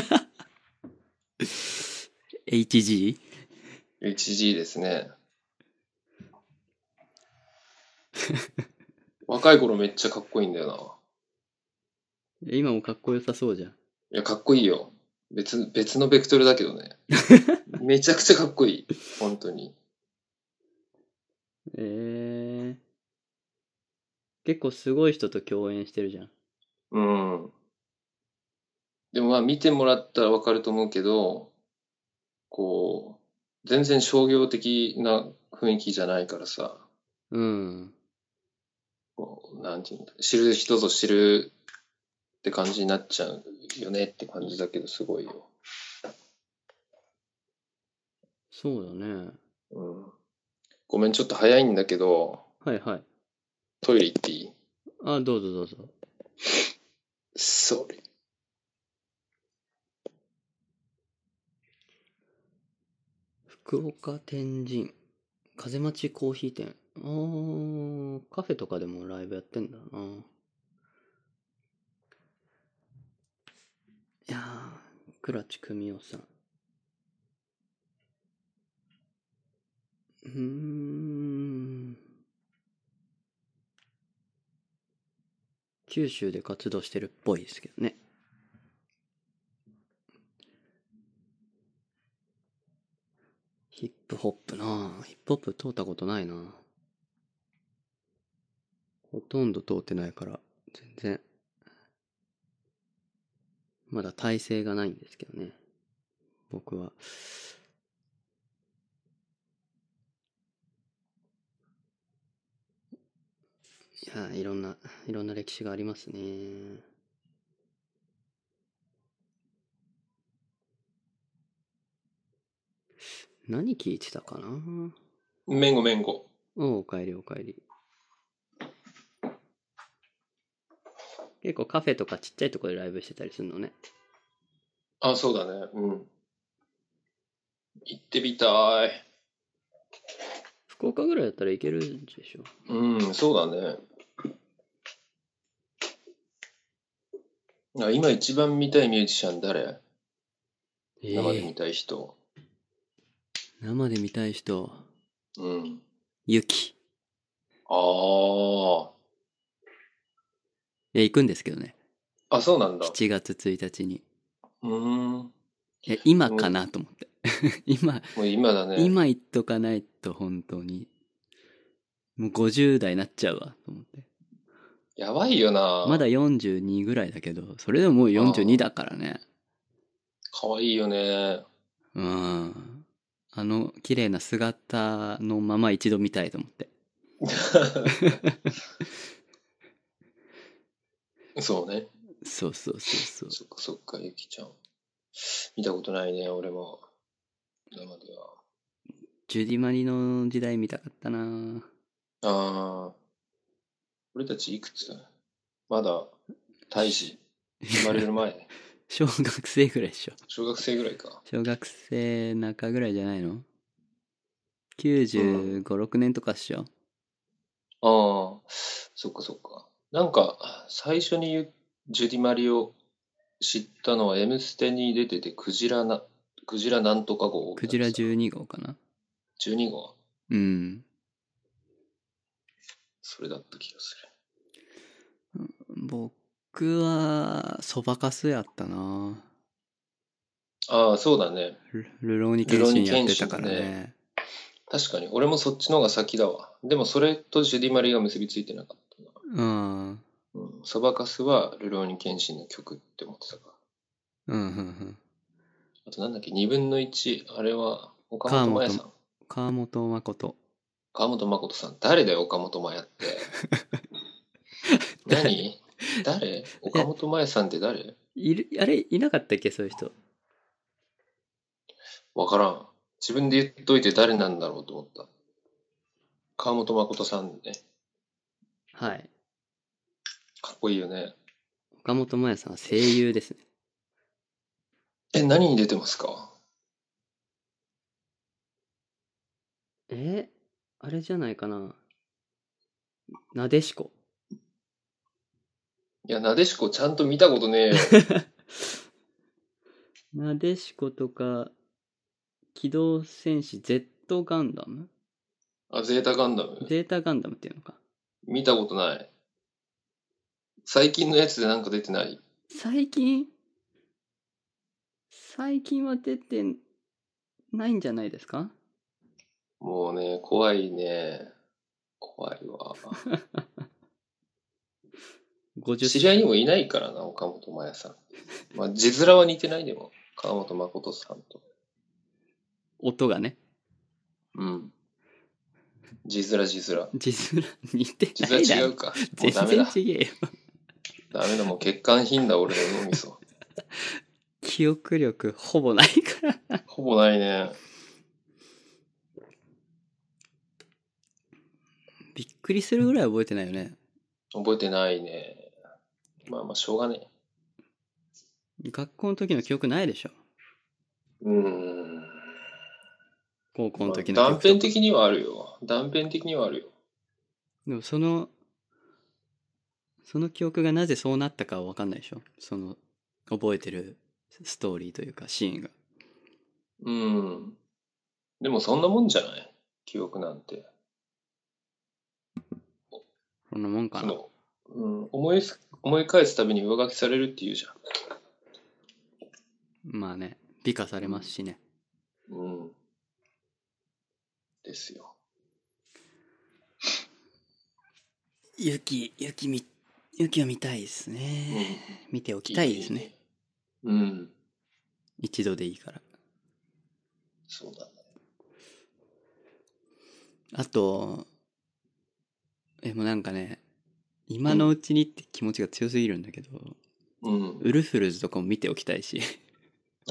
エイチジー？ エイチジー ですね。若い頃めっちゃかっこいいんだよ今もかっこよさそうじゃん。 な。いや、かっこいいよ。別、別のベクトルだけどね。めちゃくちゃかっこいい。本当に。 えー、結構すごい人と共演してるじゃん。 うん。でもまあ見てもらったらわかると思うけど、こう、全然商業的な雰囲気じゃないからさ、 うん。 こう、なんていうんだ、知る人ぞ知るって感じになっちゃうよねって感じだけど、すごいよ。 そうだね。 うん。ごめん、ちょっと早いんだけど、 はいはい。 トイレ行っていい？ あ、どうぞどうぞ。 それ。 福岡天神風待ちコーヒー店。あー、カフェとかでもライブやってんだな。いやー、倉地久美夫さん。うーん。九州で活動してるっぽいですけどね。ヒップホップなぁ。ヒップホップ通ったことないな。ほとんど通ってないから、全然。まだ体制がないんですけどね。僕は。いや、いろんな、いろんな歴史がありますね。何聞いてたかな。 めんごめんご。 おう、おかえりおかえり。結構カフェとかちっちゃいところでライブしてたりするのね。 あ、そうだね。うん。行ってみたい。 福岡ぐらいだったらいけるんでしょ。 うん、そうだね。あ、今一番見たいミュージシャン誰？ え生で見え、 たい人。 生で見たい人、 うん。 ゆき。 あいや、行くんですけどね。 あ。あ、そうなんだ。 しちがつついたちに。 うーん。 いや、今でも、 かなと思って。今、 もう今だね。 今行っとかないと本当に。もうごじゅう代になっちゃうわ、と思って。 やばいよな。 まだよんじゅうにぐらいだけど、それでももうよんじゅうにあだからね。 あ。かわいいよね。 うん。あの綺麗な姿のまま一度見たいと思って。 そうね。 そうそうそうそう。 そっかそっか、ゆきちゃん。見たことないね、俺も。生では。 ジュディマリの時代見たかったな。 ああ。俺たちいくつだ？まだ、胎児、生まれる前。 小学生ぐらいでしょ。 小学生ぐらいか。 小学生中ぐらいじゃないの？ きゅうじゅうご、ろくねんとかっしょ。 ああ、そっかそっか。なんか、最初に言うジュディマリを知ったのは、エムステに出てて、クジラな、クジラなんとか号クジラだってさ。 じゅうに号かな。 じゅうに号。 うん。 それだった気がす僕は、そばかすやったな。 る。ああ、そうだね。 ルルローニケンルローニケンシンやってたシンね。 からね。 確かに、俺もそっちの方が先だわ。でも、それとジュディマリが結びついてなかったな。 うん。うん、 うん。そばかすは、ルローニケンシンの曲って思ってたから。 うん、うん。 あとなんだっけ、にぶんのいち、あれは、岡川本、 本真也さん。 川本誠。 川本誠さん。誰だよ、岡本真也って。 誰？ 何誰岡本真也さんって誰？ いる、あれ、いなかったっけ、そういう人。 わからん。自分で言っといて誰なんだろうと思った。川本誠さんね。 はい。 かっこいいよね。 岡本真也さんは声優ですね。 え、何に出てますか？ え、あれじゃないかな。なでしこ。 いや、なでしこちゃんと見たことねえよ。 なでしことか、機動戦士 Z ガンダム、 あ、ゼータガンダム。 ゼータガンダムっていうのか。 見たことない。最近のやつでなんか出てない？ 最近最近は出てないんじゃないですか？ もうね、怖いね。怖いわ。 ごじゅっ知り合いにもいないからな、岡本真也さん。まあ、字面は似てないでも。川本誠さんと。 音がね。 うん。字面字面。 字面似て字ないだろ。 面違うか。もう全ダメだ。 然違えよ。 ダメだ、もう血管貧だ、俺の脳みそ。 記憶力ほぼないから。 ほぼないね。 びっくりするぐらい覚えてないよね。 覚えてないね。まあまあ、しょうがねえ。 学校の時の記憶ないでしょ。 うーん。 高校のまあ、 時の記断憶とか。 片的にはあるよ。断片的にはあるよ。 でもその、その記憶がなぜそうなったかは分かんないでしょ。その、覚えてるストーリーというかシーンが。 うん。でもそんなもんじゃない記憶なんて。 そんなもんかな。 その、うん、思いす、思い返すたびに上書きされるっていうじゃまあね、美化されますしね。 ん。うん。ですよ。 雪、雪み、雪を見たいですね。 うん。 見ておきいたいですね。 いねいいね。うん。 一度でいいから。 そうだね。 あと、え、もうなんかね、今うん。 のうちにって気持ちが強すぎるんだけど、 うん。 ウルフルズとかも見ておきたいし。 ああ。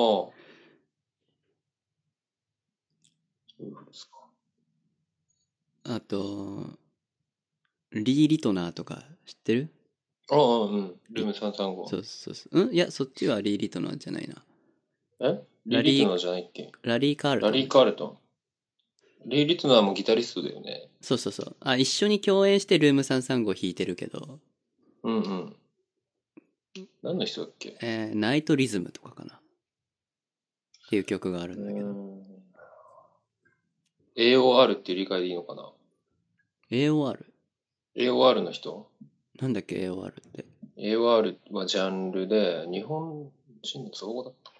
そうですか。 あと、リー・リトナーとか知ってる？ ああ、うん。ルーリムさんさんご。 そうそうそう。うんいや、そっちはリー・リトナーじゃないな。 えリー・リトナラリー、 ーじゃないっけ？ ラリー・カールラリー・トン。 カールトン。リー・リトナーもギタリストだよね。 そうそうそう。あ、一緒に共演してルームさんさんご弾いてるけど、 うんうん。何の人だっけ？ えーナイトリズムとかかなっていう曲があるうーんだけど。 ん。エーオーアール っていう理解でいいのかな？ エーオーアール？ エーオーアール の人？ なんだっけ エーオーアール って。 エーオーアール はジャンルで、日本人の造語だったか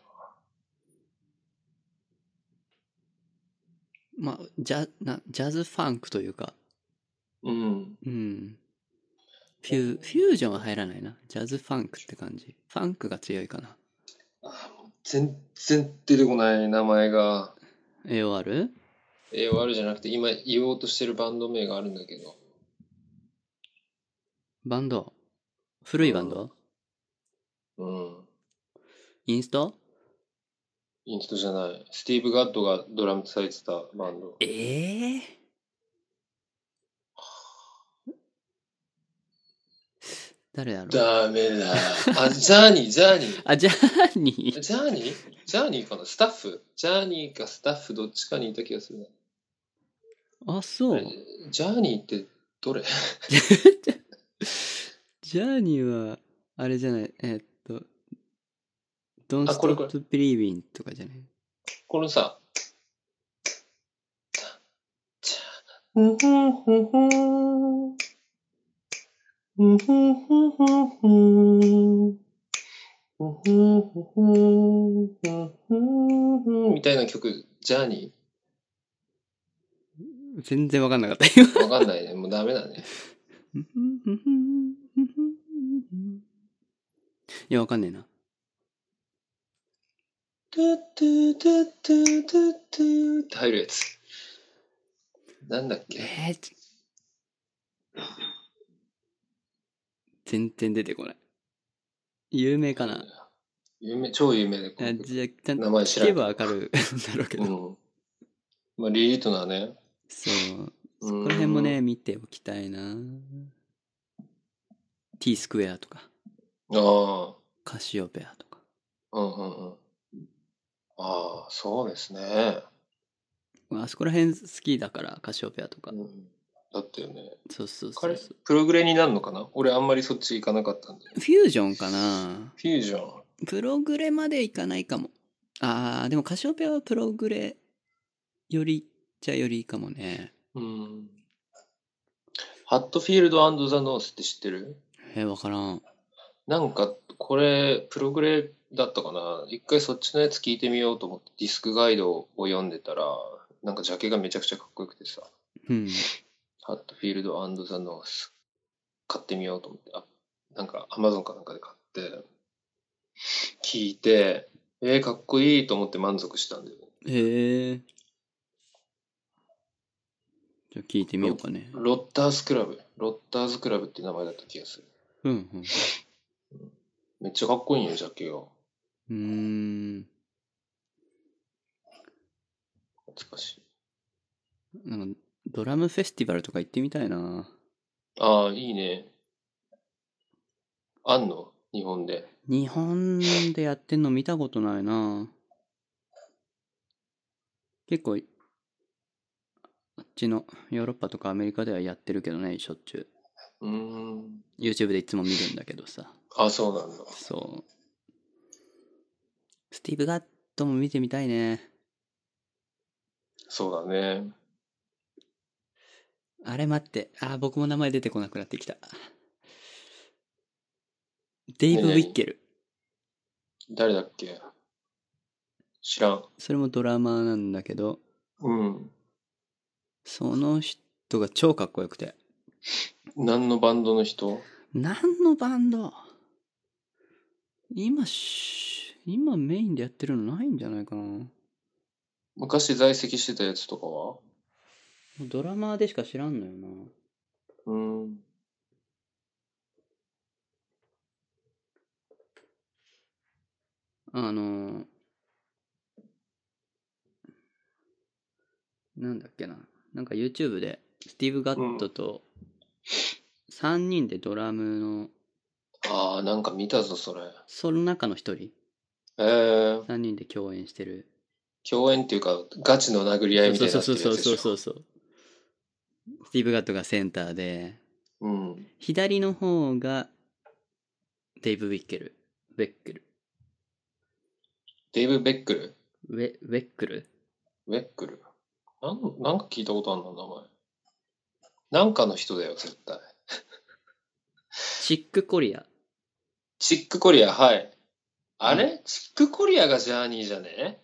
まあ、ジャ、な、ジャズファンクというか、 な。うん。 うん。フュー、フュージョンは入らないな。ジャズファンクって感じ。ファンクが強いかな。 全然出てこない名前が。 エーオーアール？ エーオーアール じゃなくて、今言おうとしてるバンド名があるんだけど。 バンド。古いバンド？ うん。うん。 インスト？ インストじゃない。スティーブ・ガッドがドラム叩いてたバンド。 ええー、誰だろう。 ダメだ。あ、ジャーニー、ジャーニー。 あ、ジャーニー。 ジャーニージャーニーかなスタッフジャーニーかスタッフどっちかにいた気がするな。 あ、 あれそう。 ジャーニーってどれ？ ジャーニーは、あれじゃない、えーっと、Don't あ、これこれ。 Stop Believing とかじゃない？ このさ。うんふんふんふん。うんふんふんふんふん。うんふんふんふん。うんふんふんみたいな曲、ジャーニ全然わかんなかったーよ。 わかんないね。もうダメだね。 いや、わかんねえな。 トゥトゥトゥトゥトゥトゥって入るやつ。なんだっけ？ えー、ち全然出てこない。有名かな？ 有名、超有名で、こあの曲。 じゃあ、ちゃんと名前知らんけど。 聞けばわかるんだろうけど。 うん。まあ、リリートナーね。 そう。 うそこら辺もね、 ーん。 見ておきたいな。T スクエアとか、 ああ。 カシオペアとか。 うんうんうん。ああ、そうですね。 あそこら辺好きだから、カシオペアとか。 うん。だったよね。 そうそうそ彼、 うそう。 プログレになるのかな？俺あんまりそっち行かなかったんで。 フュージョンかな？ フュージョン。 プログレまでいかないかも。あー、でもカシオペアはプログレよりじゃよりかもね。 うん。ハットフィールド&ザ・ノースって知ってる？ え、わからん。 なんか、これ、プログレだったかな？一回そっちのやつ聞いてみようと思ってディスクガイドを読んでたら、なんかジャケがめちゃくちゃかっこよくてさ、 うん。 ハットフィールド&ザ・ノース買ってみようと思って、あ、なんかアマゾンかなんかで買って、聞いて、えー、かっこいいと思って満足したんだよね。 へえ。じゃあ聞いてみよロうかね。 ロッターズクラブ。ロッターズクラブって名前だった気がする。 うん、うん。 めっちゃかっこいいんよ、ジャケが。 うーん。 懐かしい。 なんか、ドラムフェスティバルとか行ってみたいな。 ああ、いいね。あんの日本で。 日本でやってんの見たことないな。結構あっちのヨーロッパとかアメリカではやってるけどね、しょっちゅうーん。 う YouTube でいつも見るんだけどさ。 あ、そうなんだ。 そうスティーブ・ガットも見てみたいね。 そうだね。 あれ待って、あー僕も名前出てこなくなってきた。デイブ・ウィッケル。 誰だっけ？知らん。 それもドラマーなんだけど、 うん。 その人が超かっこよくて。 何のバンドの人？ 何のバンド？今し、今メインでやってるのないんじゃないかな。 昔在籍してたやつとかは？ ドラマーでしか知らんのよな。 うん。 あの、なんだっけな。なんか YouTube でスティーブ・ガットとさんにんでドラムの、 ああ、なんか見たぞ、それ。 その中の一人、 えー、 さんにんで共演してる。 共演っていうか、ガチの殴り合いみたいになってそうそうるやつでしょ。 そうそうそうそう。スティーブ・ガットがセンターで、 うん。 左の方がデイブ・ウィッケル。ベックル。 デイブ・ベックル？ ウェ、ウェックルベックル。なん、なんか聞いたことあるの、名前。なんかの人だよ、絶対。 チック・コリア。 チック・コリア、はい。あれ、チック・コリアがジャーニーじゃね？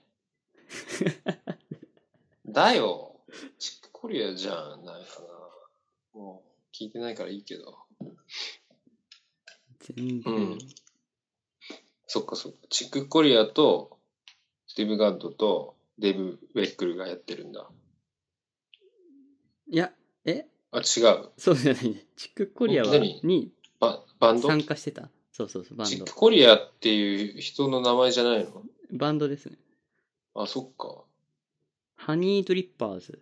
だよ。チック・コリアじゃん、ないかな。もう、聞いてないからいいけど。 全然、 うんそっかそっか。チック・コリアと、スティーブ・ガッドと、デイブ・ベックルがやってるんだ。 いや、えあ、違う。 そうじゃないね。チック・コリアは、 何にババンド参加してた。そうそうそう、バンドチック・。コリアっていう人の名前じゃないの？ バンドですね。 あ、そっか。 ハニードリッパーズ、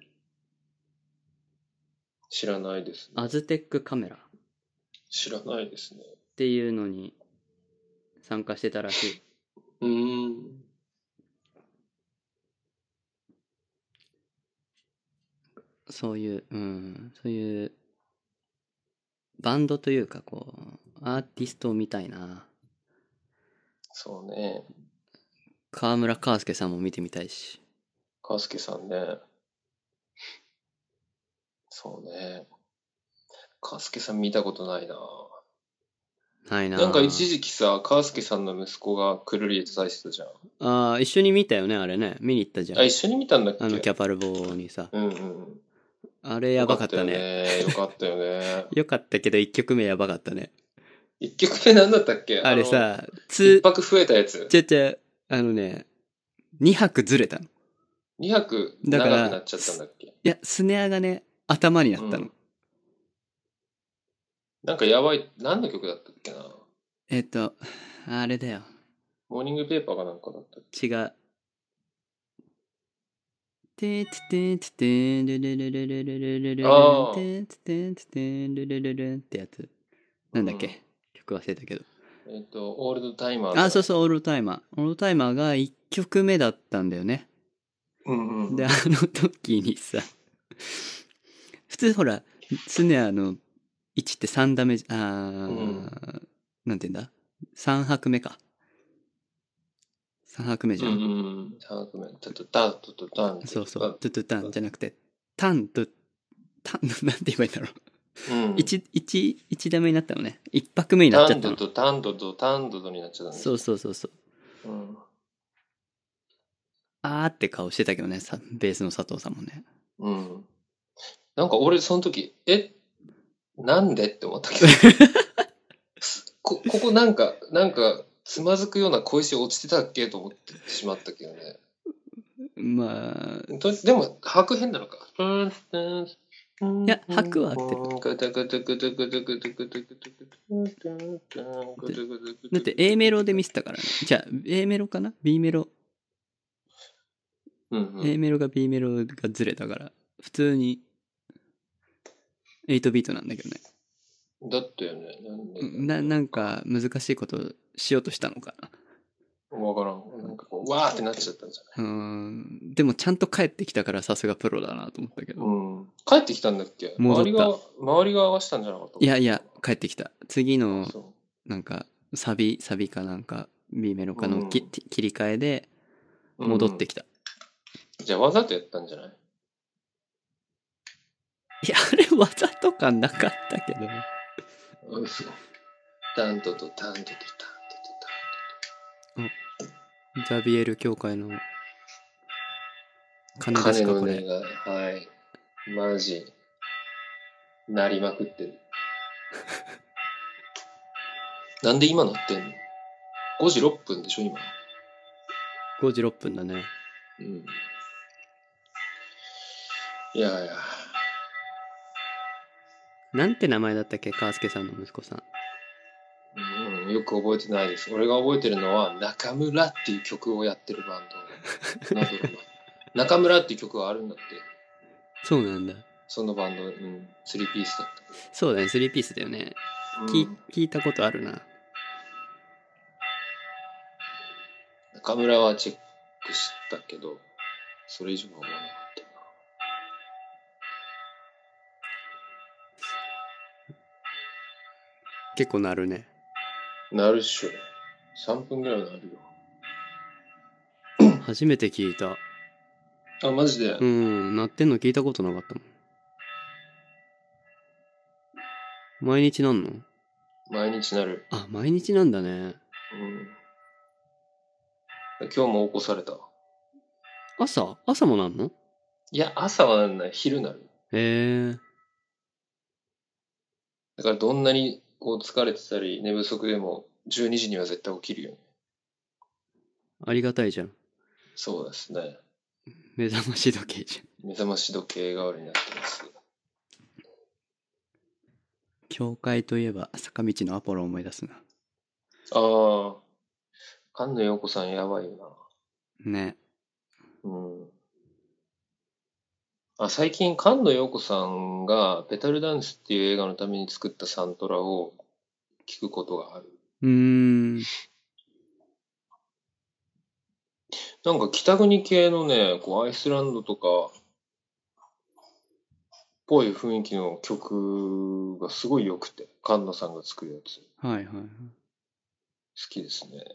知らないですね。 アズテックカメラっ知らないですね。 ていうのに参加してたらしい。 うーん。 そういう、うん、そういう、バンドというか、こう、アーティストみたいな。 そうね。 河村康介さんも見てみたいし。 カスケさんね。そうね。カスケさん見たことないな。 ないなぁなんか一時期さ、カスケさんの息子がくるりで伝えてたじゃん。 ああ、一緒に見たよね、あれね。見に行ったじゃん。 あ、一緒に見たんだっけ？ あの、キャパルボにさ。 うんうん。 あれやばかったね。 よかったよね。 よかったけど、一曲目やばかったね。 一曲目なんだったっけ？ あれさ、 一つ、 泊増えたやつ。 ちゃちゃ、あのね、にはくずれたの。 二泊だから長くなっちゃったんだっけ？ いや、スネアがね、頭になったの。 うんなんかやばい、何の曲だったっけな？ えっと、あれだよ。 モーニングペーパーかなんかだったっけ？ 違う。てーつてんつてんるるるるるるるるるるああてんつてんつてんるるるるってやつ。なんだっけ、曲忘れたけど。 えっと、オールドタイマーだ。 あ、そうそう、オールドタイマー。オールドタイマーがいっきょくめだったんだよね。 うんうんうん。 で、あの時にさ、普通ほら、スネアのいちってさんダメ、あー、 うんなんて言うんだ ?さん 拍目か。さん拍目じゃん。 うんうんうん。さん拍目。タタタタタタン。 そうそう。トゥトゥタンじゃなくて、タントゥ、タン、なんて言えばいいんだろう。 うん。 一、一、一ダメになったのね。一拍目になっちゃったの。 タンドとタンドとタンドとになっちゃったんですそうそうそうそう。 うん。 あーって顔してたけどね、さベースの佐藤さんもね。 うん。なんか俺その時、え、なんでって思ったけど。こ、ここなんか、なんか、つまずくような小石落ちてたっけと思ってしまったけどね。 まあ、 とでも、拍変なのか。 いや拍は合ってるだって A メロで見せたからね。じゃあ、A メロかな ?B メロ。 うんうん A メロが B メロがずれたから、普通にはちビートなんだけどね。 だったよね。なんでな、なんか難しいことしようとしたのかな。 わからん。なんかこう、わーってなっちゃったんじゃない？ うーん。でもちゃんと帰ってきたからさすがプロだなと思ったけど。 うん。帰ってきたんだっけ？ 戻った周りが、周りが合わせたんじゃなかった？ いやいや、帰ってきた。次の、 そなんか、サビ、サビかなんか、B メロかのき、 うん切り替えでう。 戻ってきた。 うん。じゃあわざとやったんじゃない？ いや、あれ技とかなかったけど。 うん、そう。タントとタントとタントとザビエル教会の金タント。 ですか、これ。 金の音が、はい。マジ、鳴りまくってる。なんで今鳴ってんの？ ご 時ろっぷんでしょ、今。 ごじろっぷんだね。 うん。いやいや。 なんて名前だったっけ、カースケさんの息子さん。 うん、よく覚えてないです。俺が覚えてるのは、中村っていう曲をやってるバンドのドラマ。中村っていう曲があるんだって。 そうなんだ。 そのバンド、うん、スリーピースだっそうだね、スリーピースだよね。 た。 聞うん、 聞いたことあるな。 中村はチェックしたけど、それ以上は思わなかったな。 結構なるね。 なるっしょ。さんぷんぐらいなるよ。 初めて聞いた。 あ、マジで、 うん、鳴ってんの聞いたことなかったもん。毎日なんの？ 毎日なる。 あ、毎日なんだね。 うん。今日も起こされた。 朝朝もなんの？ いや、朝はなんない。昼なる。 へえ。 だからどんなにこう疲れてたり寝不足でもじゅうにじには絶対起きるよね。 ありがたいじゃん。 そうですね。 目覚まし時計じゃん。 目覚まし時計代わりになってます。 教会といえば坂道のアポロを思い出すな。 ああ、菅野陽子さんやばいよね。 な。うん。あ、最近菅野陽子さんがペタルダンスっていう映画のために作ったサントラを聞くことがある。 うーん。 なんか北国系のね、こうアイスランドとかっぽい雰囲気の曲がすごい良くて、菅野さんが作るやつ。好はいはいはい。 きですね。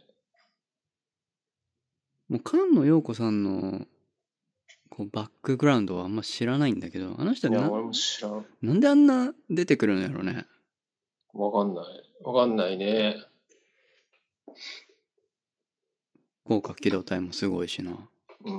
もう菅野陽子さんのこうバックグラウンドはあんま知らないんだけど、あの人いや、 な、 俺も知らん。 なんであんな出てくるのやろね。 わかんない。わかんないね。 広角機動隊もすごいしな。 うん。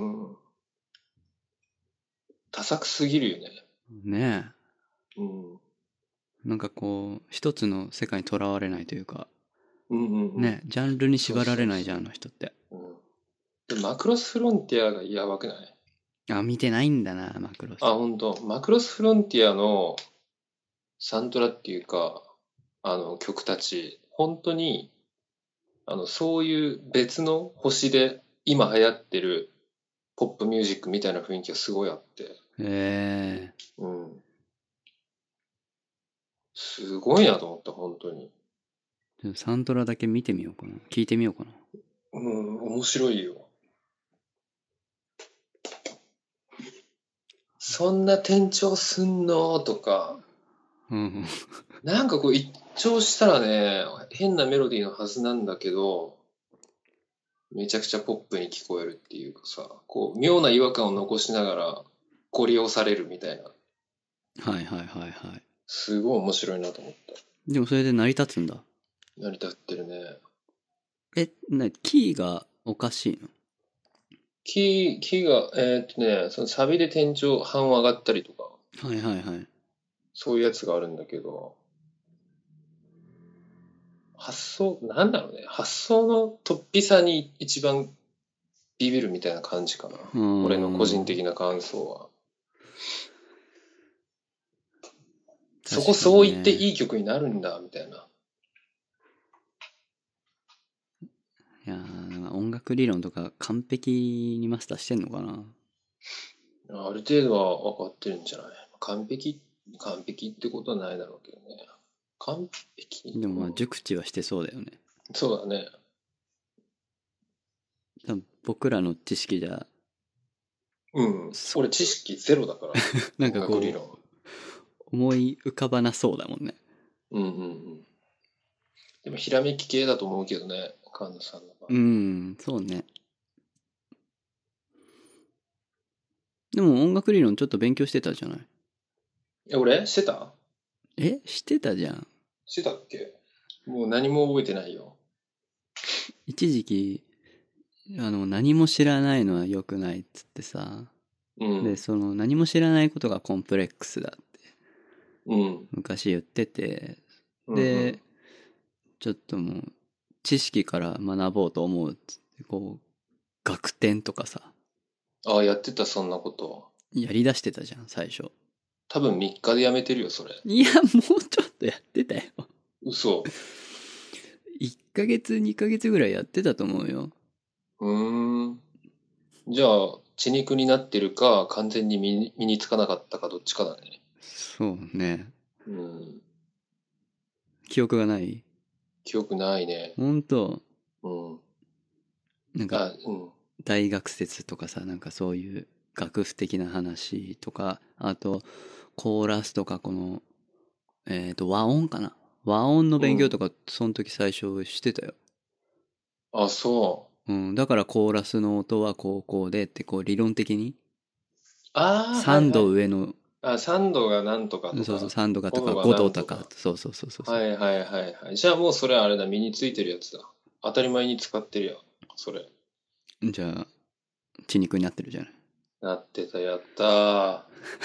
多作すぎるよね。 ねうん。 え。なんかこう、一つの世界にとらわれないというか、 うんうんうん。 ね、ジャンルに縛られないじゃん、 そうあの人って。 そうそううん。で、マクロスフロンティアがやばくない？ あ、見てないんだな、マクロス。 あ、ほんと。マクロスフロンティアのサントラっていうか、あの曲たち、本当に、あの、そういう別の星で今流行ってるポップミュージックみたいな雰囲気がすごいあって、 へえ。 うん。すごいなと思った、本当に。 ちょっとサントラだけ見てみようかな。聞いてみようかな。 うん、面白いよ。そんな転調すんのとか、 うんうん。 なんかこう一聴したらね、変なメロディーのはずなんだけど、めちゃくちゃポップに聞こえるっていうかさ、こう妙な違和感を残しながらご利用されるみたいな、 はいはいはいはい。 すごい面白いなと思った。 でもそれで成り立つんだ。 成り立ってるね。 え、な、キーがおかしいの？ キー、キーが、えーっとね、そのサビで転調半上がったりとか、 はいはいはい。 そういうやつがあるんだけど、発想、なんだろうね、発想の突飛さに一番ビビるみたいな感じかな。 うーん俺の個人的な感想は。そこそう言っていい曲になるんだ、みたいな。 いやー、音楽理論とか完璧にマスターしてんのかな。 ある程度は分かってるんじゃない？完璧、完璧ってことはないだろうけどね。完璧。 でもまあ熟知はしてそうだよね。 そうだね。 多分僕らの知識じゃうん。 そ俺知識ゼロだから。 なんかこ音楽理論。 う思い浮かばなそうだもんね。 うんうんうん。でもひらめき系だと思うけどね、神田さんの場合。 うんそうね。でも音楽理論ちょっと勉強してたじゃない。 え、俺してたえしてたじゃん。 してたっけ？もう何も覚えてないよ。 一時期あの何も知らないのは良くないっつってさ、 うん。 でその何も知らないことがコンプレックスだってうん。 昔言ってて、 うんでちょっともう知識から学ぼうと思うっつってこう学点とかさああ、やってた、そんなこと。 やりだしてたじゃん最初。 多分みっかでやめてるよ、それ。 いやもうちょっとやってたよ。 嘘。 いっかげつにかげつぐらいやってたと思うよ。 うーん。じゃあ、血肉になってるか、完全に身に身につかなかったか、どっちかだね。 そうね。 うん。 記憶がない。 記憶ないね。 ほんとうん。 なんかあ、うん。 大学説とかさ、なんかそういう学府的な話とか、あとコーラスとかこのえっと和音かな、和音の勉強とかその時最初してたよ。 あ、そうん、だからコーラスの音はこうこうでってこう理論的にう。ああ、はさんどいはい。 上の、 あ、さんどがなんとかとそうそうか、 さんどがとかごどがごどとなんとか。 か、そうそうそうそうそう。 はいはいはいはい。じゃあもうそれあれだ、身についてるやつだ。当たり前に使ってるよ。それ。 じゃあ血肉になってるじゃない。 なってた、やったー。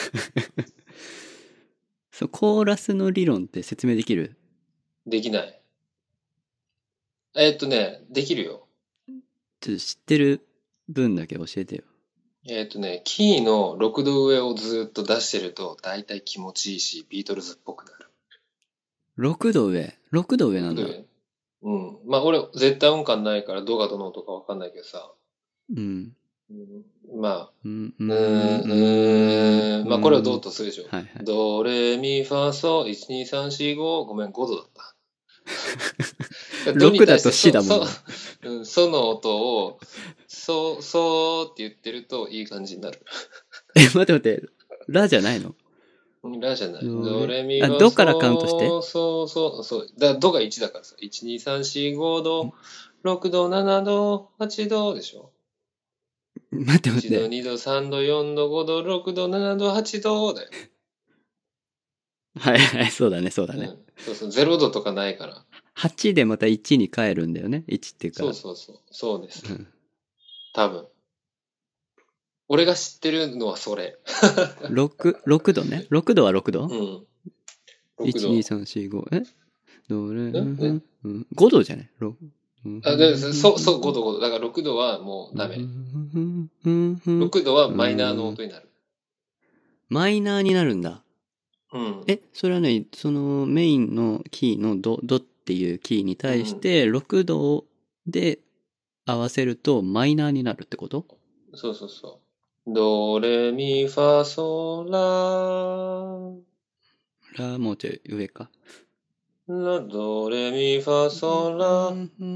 そうコーラスの理論って説明できる？ できない。えーっとね、できるよ。 ちょっと知ってる分だけ教えてよ。 えーっとね、キーのろくど上をずっと出してると、だいたい気持ちいいし、ビートルズっぽくなる。 ろくど上ろくど上なん 6度だ。 上。うん。まあ俺、絶対音感ないから、どがどの音かわかんないけどさ。 うんうん、まあ、 うんううーん、うーん。まあこれをドとするでしょ。 はいはい。 ド、レ、ミ、ファ、ソ、いち、に、さん、よん、ご。ごめん、ごどだった。ドにろくだと対してシだもんね。 ソ、うん、ソの音を、ソ、ソーって言ってるといい感じになる。 え待って待って、ラじゃないの？ ラじゃない。 ドドレミあファドからカウントして。 ソソソそう。だドがいちだからさ。いち、に、さん、よん、ごど、ろくど、ななど、はちどでしょ。 待って待っいちど、 て。 にど、さんど、よんど、ごど、ろくど、ななど、はちどだよ。 はいはい、そうだねそうだね。 うん。そうそう。ゼロどとかないから。 はちでまたいちに変えるんだよね。いちっていうか。 そうそうそう。そうです。 うん、 多分。俺が知ってるのはそれ。 ろく、ろくどね。ろくどはろくど？ うん。ろくいち、に、 ど。 さん、よん、ご。えどれ、 んねうん、ごどじゃない？ろくあ、で、そう、そう、ごど、ごど。だからろくどはもうダメ。ろくどはマイナーの音になる。 マイナーになるんだ。 うん。 え、それはね、そのメインのキーのド、ドっていうキーに対してろくどで合わせるとマイナーになるってこと？ そうそうそう。ドレミファソララもうちょい上か。 ラドレミファソラ。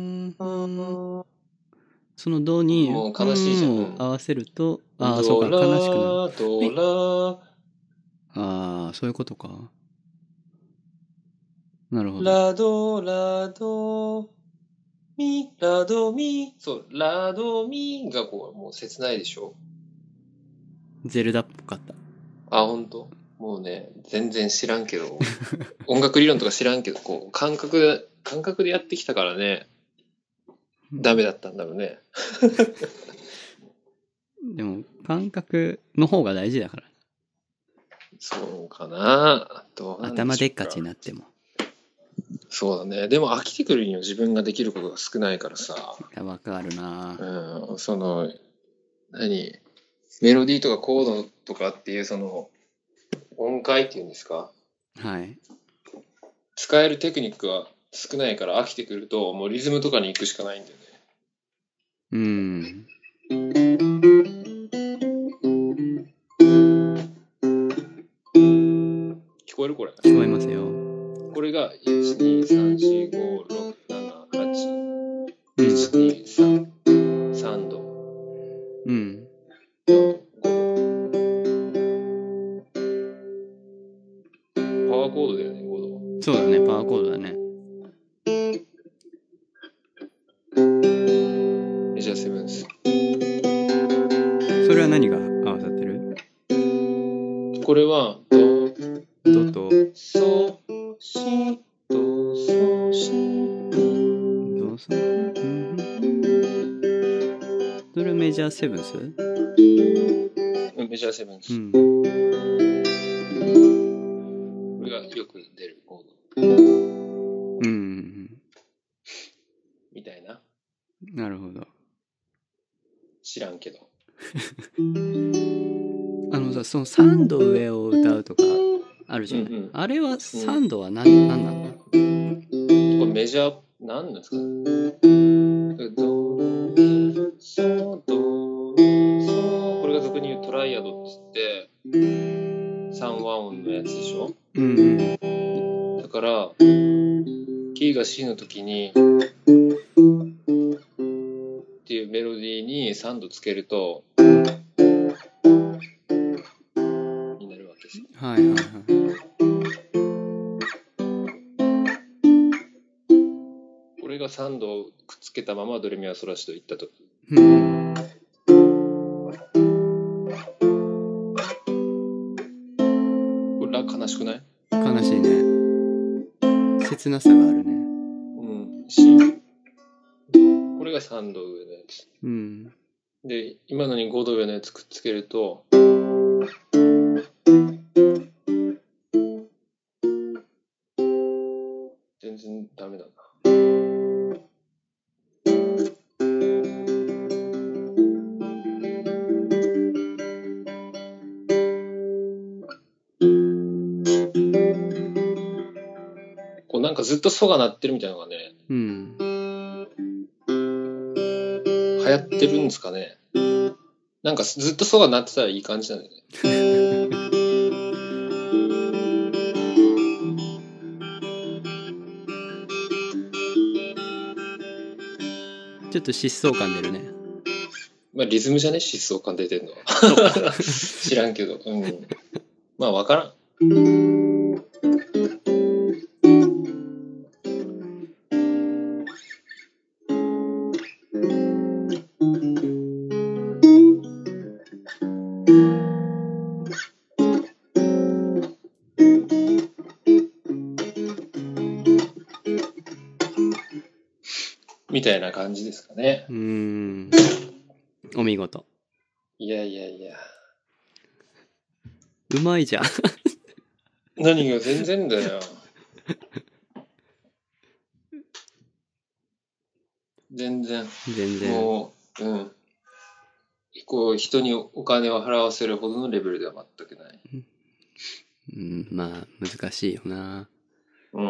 そのドにもう悲しいじゃん。 を合わせると、ああ、そうか、 ドラ悲しくなる。 ドラああ、そういうことか。なるほど。 ラドラドミラドミ。そう、ラドミがこう、もう切ないでしょ。 ゼルダっぽかった。 あ、ほんと。もうね、全然知らんけど、音楽理論とか知らんけど、こう、感覚で、感覚でやってきたからね、ダメだったんだろうね。 でも、感覚の方が大事だから。 そうかな。どうなんでしょうか。 頭でっかちになっても。 そうだね。でも飽きてくるには自分ができることが少ないからさ。 いや、わかるな。 うん、その、何メロディーとかコードとかっていうその、音階っていうんですか？ はい。 使えるテクニックは少ないから飽きてくると、もうリズムとかに行くしかないんだよね。 うん。 聞こえるこれ。 聞こえますよ。 これがいち、に、さん、よん、ご、ろく、なな、はち。 さんど。 うん。 ごど。パワーコードだよね、ごどは。 そうだね、パワーコードだね。 メジャーセブンス。 それは何が合わさってる？ これはド、 ドとソ、シ、ド、ソ、シ、 ドソ、うんそれはメジャーセブンス？ うん、メジャーセブンス。 うん。 これがよく出るコーうド。 ん。 みたいな。 なるほど。 知らんけど。 あのさ、そのさんど上を歌うとかあるじゃない。 うんうん、 あれはさんどは何、何なの？ これメジャー、何なんですかね。ド、ソ、ド、ソ。これが俗に言うトライアドっつって、さん和音のやつでしょ。 うんうん。 だから、キーが C の時に、っていうメロディーにさんどつけると、になるわけですよ。 はいはいはい。 これがさんどくっつけたままドレミファソラシドいったとき。 うん。 これラ悲しくない？ 悲しいね。切なさがあるね。 うん。C。これがさんど上のやつ。 うん。 で、今のにごど上のやつくっつけると、全然ダメだな。こうなんかずっとソが鳴ってるみたいなのがね、 うん。 流行ってるんですかね。なんかずっとソが鳴ってたらいい感じなんだよね。 ちょっと疾走感出るね。 まあリズムじゃね、疾走感出てるのは。 そうか。 知らんけど。うん。まあわからん。みたいな感じですかね。 うーん。お見事。 いやいやいや。 うまいじゃん。 何が全然だよ。全然。 全然。 もう、うん。こう、人にお金を払わせるほどのレベルでは全くない。 うん、まあ、難しいよな。 うん。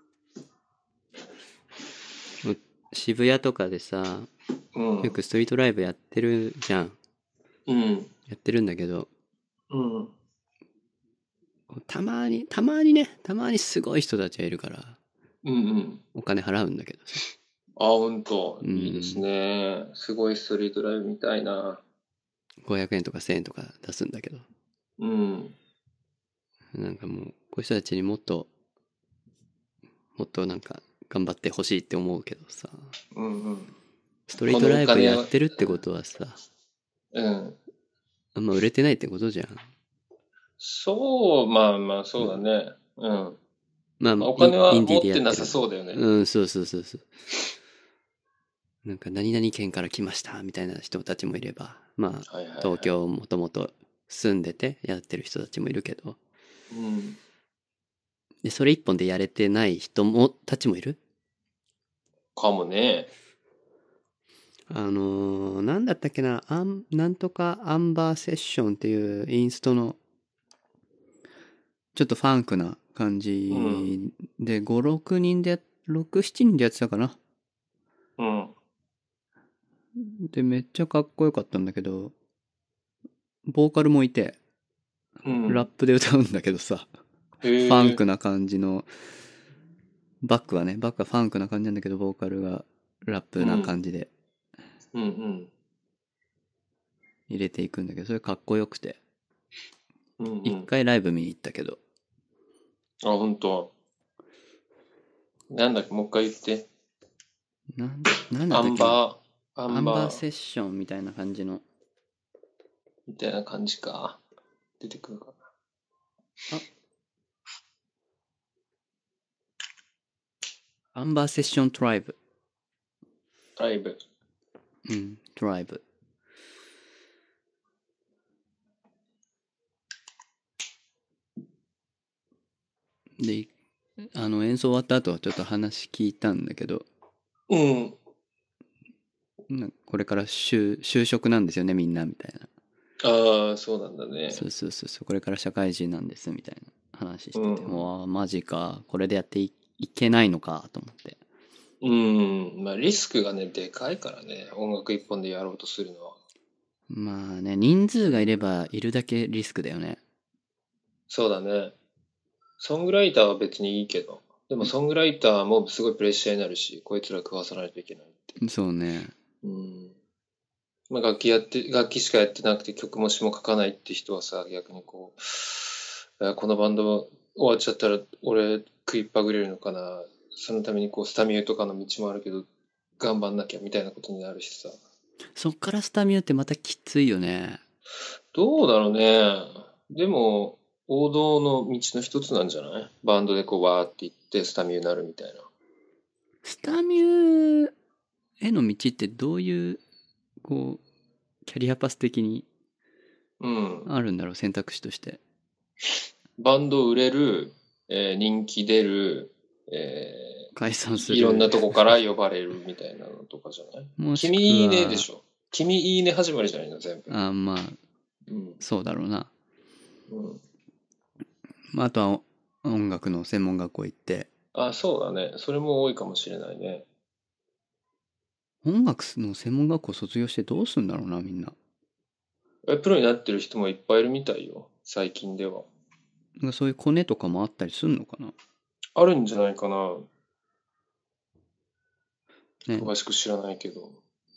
渋谷とかでさ、 うん。 よくストリートライブやってるじゃん。 うん。 やってるんだけど、 うん。 たまに、たまにね、たまにすごい人たちがいるから、 うんうん。 お金払うんだけどさ。 あ、ほんと。 うんいいですね。すごいストリートライブみたいな。 ごひゃくえんとかせんえんとか出すんだけど。 うん。 なんかもう、こういう人たちにもっと、もっとなんか、頑張ってほしいって思うけどさ。 うんうん。 ストリートライブやってるってことはさ、 うん。 あんま売れてないってことじゃん。 そう、まあまあ、そうだね。うん。 まあ、 まあお金はインディーでやってる持ってなさそうだよね。 うん、そうそうそうそう。なんか、何々県から来ましたみたいな人たちもいれば、まあ、 はいはいはい、 東京もともと住んでてやってる人たちもいるけど、 うん。 で、それ一本でやれてない人も、たちもいる。 かもね。 あのー、なんだったっけな、アン、なんとかアンバーセッションっていうインストの、ちょっとファンクな感じで、ご、ろくにんで、ろく、しちにんでやってたかな。 うん。 で、めっちゃかっこよかったんだけど、ボーカルもいて、 うん、 ラップで歌うんだけどさ、ファンクな感じの、バックはね、バックはファンクな感じなんだけど、ボーカルがラップな感じで。 うんうん入れていくんだけど、それかっこよくて。 うんう一ん。 回ライブ見に行ったけど、 あ、本当。なんだっけ、もう一回言って。 なん、なんだっアたっけな。 ンバー、アアンバーンバーセッションみたいな感じの。 みたいな感じか。出てくるかあ、アンバーセッショントライブ。 な。ライブ。 うん、トライブ。で、あの演奏終わった後はちょっと話聞いたんだけど、 うん。 なこれから就就職なんですよね、みんなみたいな。 ああ、そうなんだね。 そうそうそうそう、これから社会人なんですみたいな話してて、 うん。 もうマジか、これでやってい、いけないのかと思って。 うん。まあ、リスクがね、でかいからね。音楽一本でやろうとするのは。 まあね、人数がいればいるだけリスクだよね。 そうだね。ソングライターは別にいいけど。でも、ソングライターもすごいプレッシャーになるし、こいつら食わさないといけないって。 そうね。 うん。まあ、楽器やって、楽器しかやってなくて曲も詞も書かないって人はさ、逆にこう、あこのバンド終わっちゃったら俺食いっぱぐれるのかな。そのためにこう、スタミューとかの道もあるけど、頑張んなきゃみたいなことになるしさ。 そっからスタミューってまたきついよね。 どうだろうね。でも、王道の道の一つなんじゃない？バンドでこう、わーって行ってスタミューになるみたいな。 スタミューへの道ってどういう、こう、キャリアパス的にうん。 あるんだろう、選択肢として。 バンド売れる、えー人気出る、え解散ーいろんする。 なとこから呼ばれるみたいなのとかじゃない？ もしく君いいねでは、 しょ。君いいね始まりじゃないの、全部。 あまあ、 うん。 そうだろうな。 うん。 まあ、あとは音楽の専門学校行って、 あ、そうだね。それも多いかもしれないね。 音楽の専門学校卒業してどうすんだろうな、みんな。 え、プロになってる人もいっぱいいるみたいよ。最近では。 なんかそういうコネとかもあったりすんのかな。 あるんじゃないかな。 ね。 詳しく知らないけど。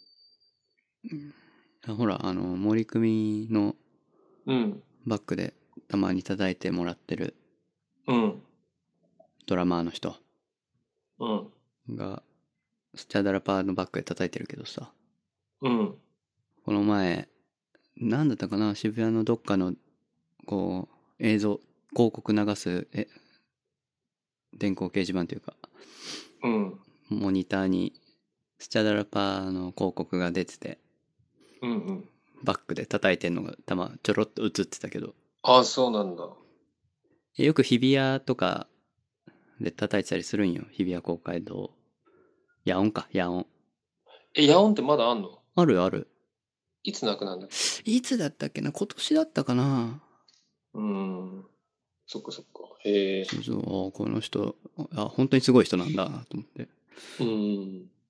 ほら、あの、森久美のうん。 バックでたまに叩いてもらってるうん。 ドラマーの人うん。 が、スチャダラパーのバックで叩いてるけどさ、 うん。 この前、なんだったかな、渋谷のどっかの、こう、映像、広告流す、え、電光掲示板というか、 うん。 モニターに、スチャダラパーの広告が出てて、 うん。うん。 バックで叩いてんのがたまちょろっと映ってたけど、 あ、そうなんだ。 よく日比谷とかで叩いてたりするんよ。日比谷公会堂。野音か、野音。 え、ヤオンってまだあんの？ あるある。 いつなくなんだっけ？ いつだったっけな、今年だったかな。 うーん。そっかそっか。へえ。 そうそう、あこの人、あ、本当にすごい人なんだなと思って。 うーん。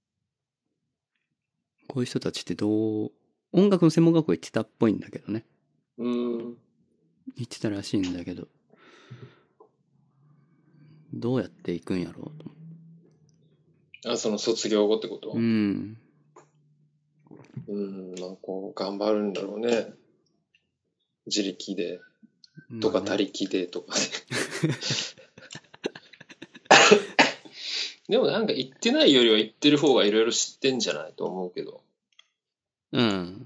こういう人たちってどう、音楽の専門学校行ってたっぽいんだけどね。 うーん。 行ってたらしいんだけど、どうやって行くんやろうと思って。 あ、その卒業後ってこうと？ ん。 うーん。まあ、こう、頑張るんだろうね。自力で。とか、 まあね、 他力でとか。でもなんか言ってないよりは言ってる方がいろいろ知ってんじゃないと思うけど。 うん。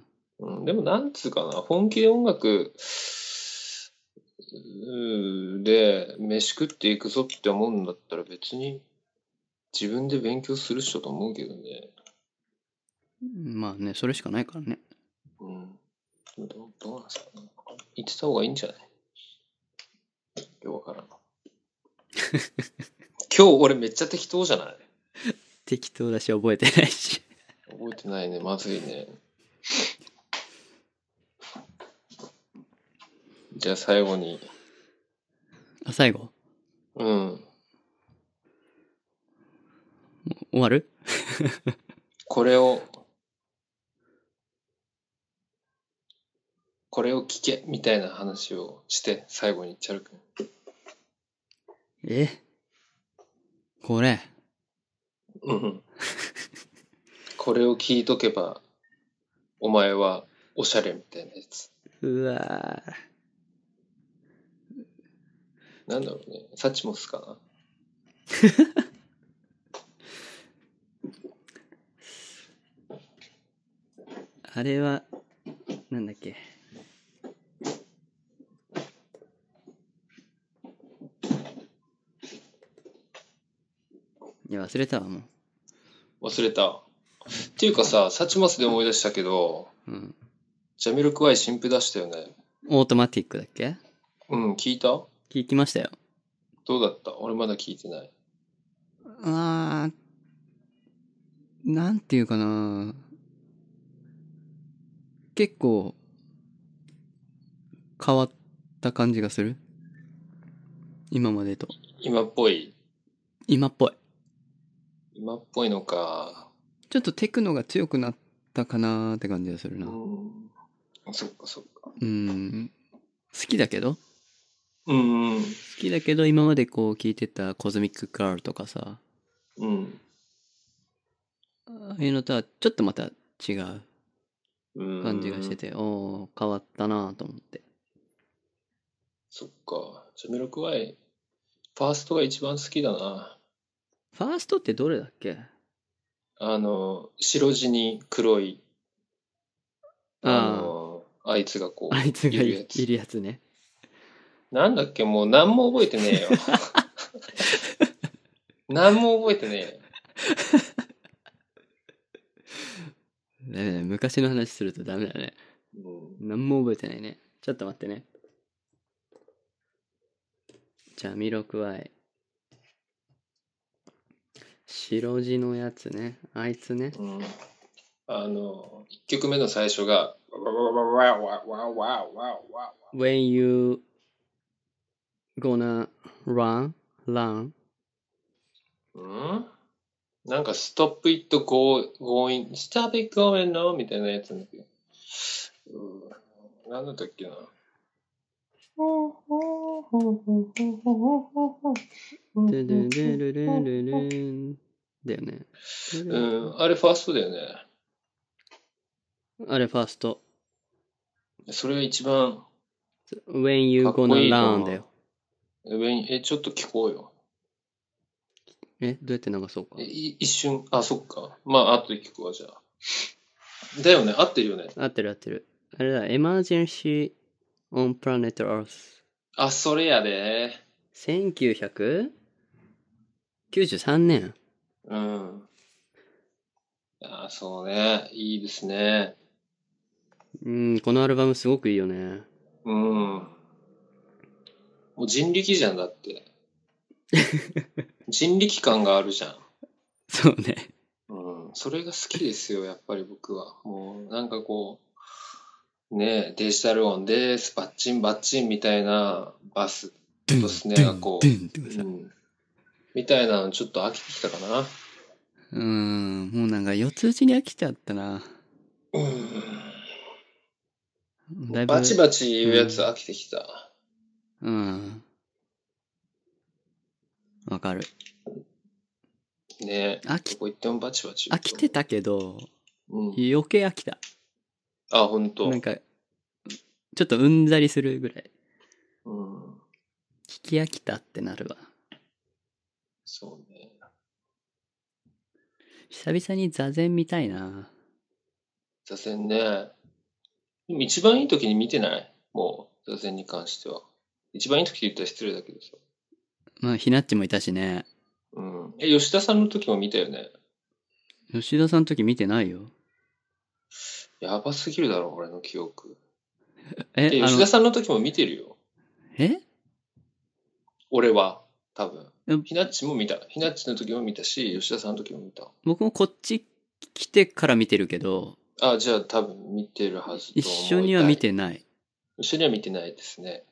うん、でもなんつうかな、本気で音楽うーで飯食っていくぞって思うんだったら別に自分で勉強するっしょと思うけどね。 まあね、それしかないからね。 うん。どう、どうなんすかね。言ってた方がいいんじゃない？よくわからん。今日俺めっちゃ適当じゃない？ 適当だし覚えてないし。 覚えてないね。まずいね。じゃあ最後に。 あ、最後うん。 終わる？ これを、これを聞けみたいな話をして最後にチャル君。 えこれ。 うん。これを聞いとけばお前はおしゃれみたいなやつ。 うわなんだろうね。サチモスかな。 あれはなんだっけ。いや忘れたわも忘れた。っていうかさ、サチモスで思い出したけど、 う。うん。 ジャミロクワイ新譜出したよね。 オートマティックだっけ？ うん、聞いた？ 聞きましたよ。 どうだった？俺まだ聞いてない。 あー、なんていうかな。結構変わった感じがする。今までと。 今っぽい。 今っぽい。 今っぽいのか。 ちょっとテクノが強くなったかなーって感じがするな。 うん。そっかそっか。 うーん。好きだけどうんうん。 好きだけど今までこう聞いてたコズミックガールとかさ、 うん。 ああいうのとはちょっとまた違ううん。 感じがしてて、おー変わったなと思って。 そっか。ジャミロクワイ、ファーストが一番好きだな。 ファーストってどれだっけ？ あの、白地に黒い、ああの、あいつがこあ、あいつう、 がいいるやつ。 いるやつね。 なんだっけ、もう何も覚えてねえよ。何も覚えてねえよ。 ダメだね。昔の話するとダメだね。 うん、 何も覚えてないね。ちょっと待ってね。じゃあ、ミロクワイ。白地のやつね。あいつね。 うん、あの、一曲目の最初が、わわわわわわわわわわ When you gonna run, run. うんなんか、stop it go, going, stop it going no みたいなやつなんだけど。うん、なんだったっけな。 ドゥドゥドゥルルルルンだよね。 うん、あれファーストだよね。 あれファースト。 それが一番 When you かっこ gonna いいと run 思う。 だよ。 上に、え、ちょっと聞こうよ。 え、どうやって流そうかえ、。い一瞬、あ、そっか。まあ、後で聞くわ、じゃあ。だよね、合ってるよね。 合ってる合ってる。あれだ、Emergency on Planet Earth。 あ、それやで。 せんきゅうひゃくきゅうじゅうさんねん。 うん。あ、そうね。いいですね。 うん、このアルバムすごくいいよね。 うん。もう人力じゃんだって。人力感があるじゃん。 そうね。 うん。それが好きですよ、やっぱり僕は。もう、なんかこう、ね、デジタル音でスパッチンバッチンみたいなバスとスネアがこう、 ドゥンドゥンドゥンうん、みたいなのちょっと飽きてきたかな。 うん、もうなんか四つ打ちに飽きちゃったな。 うん。 だいぶ。 バチバチ言うやつ飽きてきた。 うん。わかる。 ね飽きどこ行ってもバチバチ言うと飽きてたけど、 うん。 余計飽きた。 あ、ほんと。 なんか、ちょっとうんざりするぐらい。 うん。 聞き飽きたってなるわ。 そうね。 久々に座禅見たいな。 座禅ね。でも一番いい時に見てないもう、座禅に関しては。一番いい時って言ったら失礼だけどさ。 まあ、ひなっちもいたしね。 うん。え、吉田さんの時も見たよね。 吉田さんの時見てないよ。 やばすぎるだろ、俺の記憶。 え、 え、 あの吉田、さんの時も見てるよ。 え俺は、多分え。 ひなっちも見た。ひなっちの時も見たし、吉田さんの時も見た。 僕もこっち来てから見てるけど、 あ、じゃあ多分見てるはずと思い一たい。 緒には見てない。 一緒には見てないですね。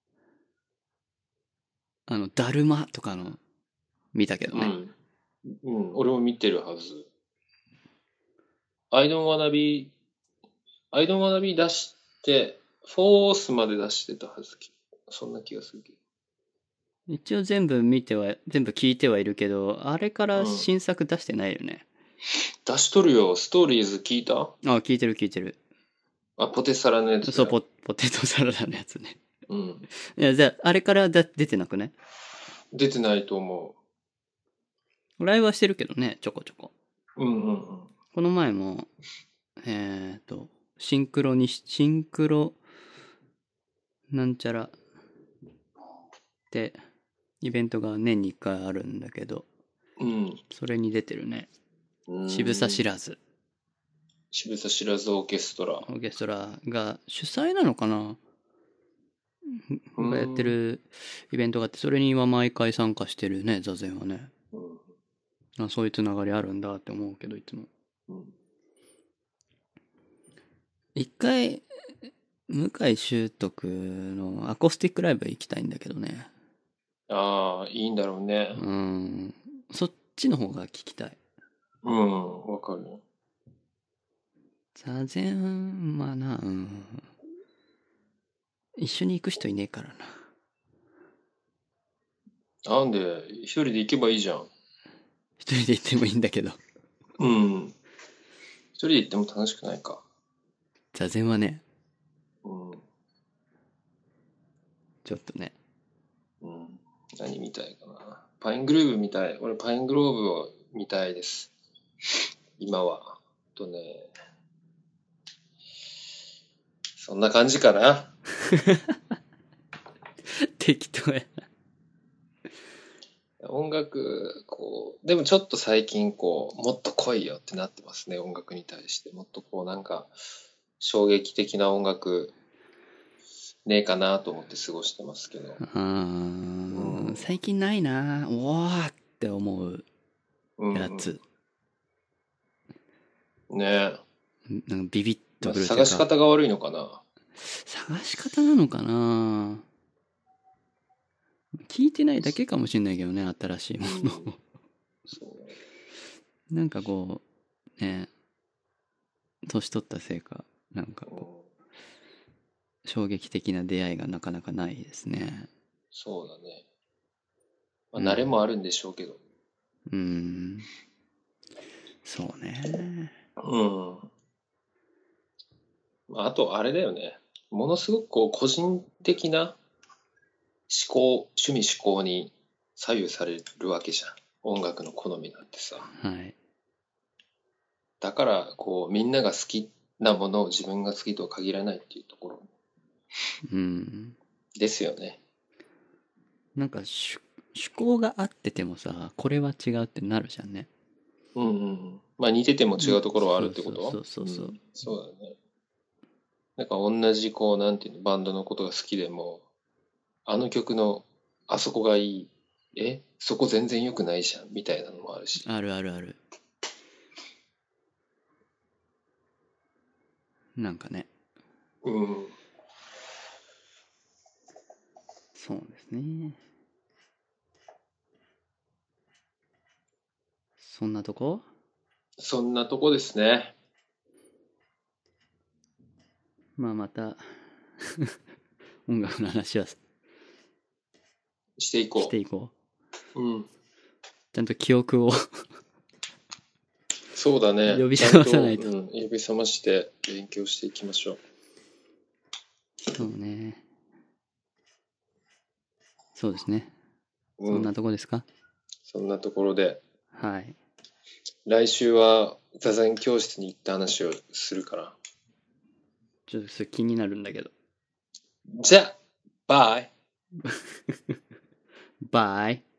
あの、だるまとかの見たけどね。 うん。うん、俺も見てるはず。I don't wanna be, I don't wanna be 出して、フォースまで出してたはず。そんな気がするけど。 一応全部見ては、全部聞いてはいるけど、あれから新作出してないよね。 出しとるよ。ストーリーズ聞いた？ あ、聞いてる聞いてる。 あ、ポテサラのやつだ。 そう、ポ、ポテトサラダのやつね。 うん。 いや、じゃあ、あれからだ出てなくね？ 出てないと思ライブはしてるけどね、ちょこちょこ。 う。うんうんうん。 この前も、えっと、シンクロにし、シンクロ、なんちゃら、って、イベントが年にいっかいあるんだけど、 うん。 それに出てるね。 うん渋沢知らず。 渋沢知らずオーケストラ。 オーケストラが主催なのかなうんがやってるイベントがあって、それには毎回参加してるね、座禅はね。 うんあ、そういうつながりあるんだって思うけど、いつも。 うん一回、向井秀徳のアコースティックライブ行きたいんだけどね。 ああ、いいんだろうね。 うん。そっちの方が聞きたい。 うん、わかる。 座禅、まあな、うん。一緒に行く人いねえからな。 なんで、一人で行けばいいじゃん。 一人で行ってもいいんだけど。 うん。一人で行っても楽しくないか。 座禅はね、 うん。 ちょっとね。 うん。何見たいかな。パイングルーブ見たい。俺、パイングローブを見たいです。今は。あとね。そんな感じかな。 適当やな。 音楽、こう、でもちょっと最近、こう、もっと来いよってなってますね、音楽に対して。もっとこう、なんか、衝撃的な音楽、ねえかなと思って過ごしてますけど。 うーん、最近ないな。おーって思ううん、 やつ。 ねなんかビビッえ。まあとくるっていうか。 探し方が悪いのかな。 探し方なのかな。聞いてないだけかもしれないけどね、新しいものを。 そうなんかこう、ね、年取ったせいか、なんかこう、衝撃的な出会いがなかなかないですね。 そうだね。まあ、 うん慣れもあるんでしょうけど。 うーん。そうね。 うん。まあ、あと、あれだよね。ものすごくこう、個人的な思考、趣味思考に左右されるわけじゃん。音楽の好みなんてさ。 はい。 だから、こう、みんなが好きなものを自分が好きとは限らないっていうところうん。 ですよね。 なんか趣、趣向が合っててもさ、これは違うってなるじゃんね。 うんうんうん。まあ似てても違うところはあるってこと？ そうそうそうそううんそうだね。なんか同じこう、なんていうの、バンドのことが好きでも、あの曲のあそこがいい。えそこ全然良くないじゃんみたいなのもあるし。 あるあるある。なんかね。 うん。 そうですね。そんなとこ？ そんなとこですね。 まあまた音楽の話はしていこう。 していこう。 うん。 ちゃんと記憶をそうだね。 呼び覚まさないとちゃんと、うん、呼び覚まして勉強していきましょう。 そうね。そうですね。 うん、 そんなとこですか？ そんなところで、 はい。 来週は座禅教室に行った話をするから。 ちょっとそれ気になるんだけど。 じゃあ、バイ。 バイ。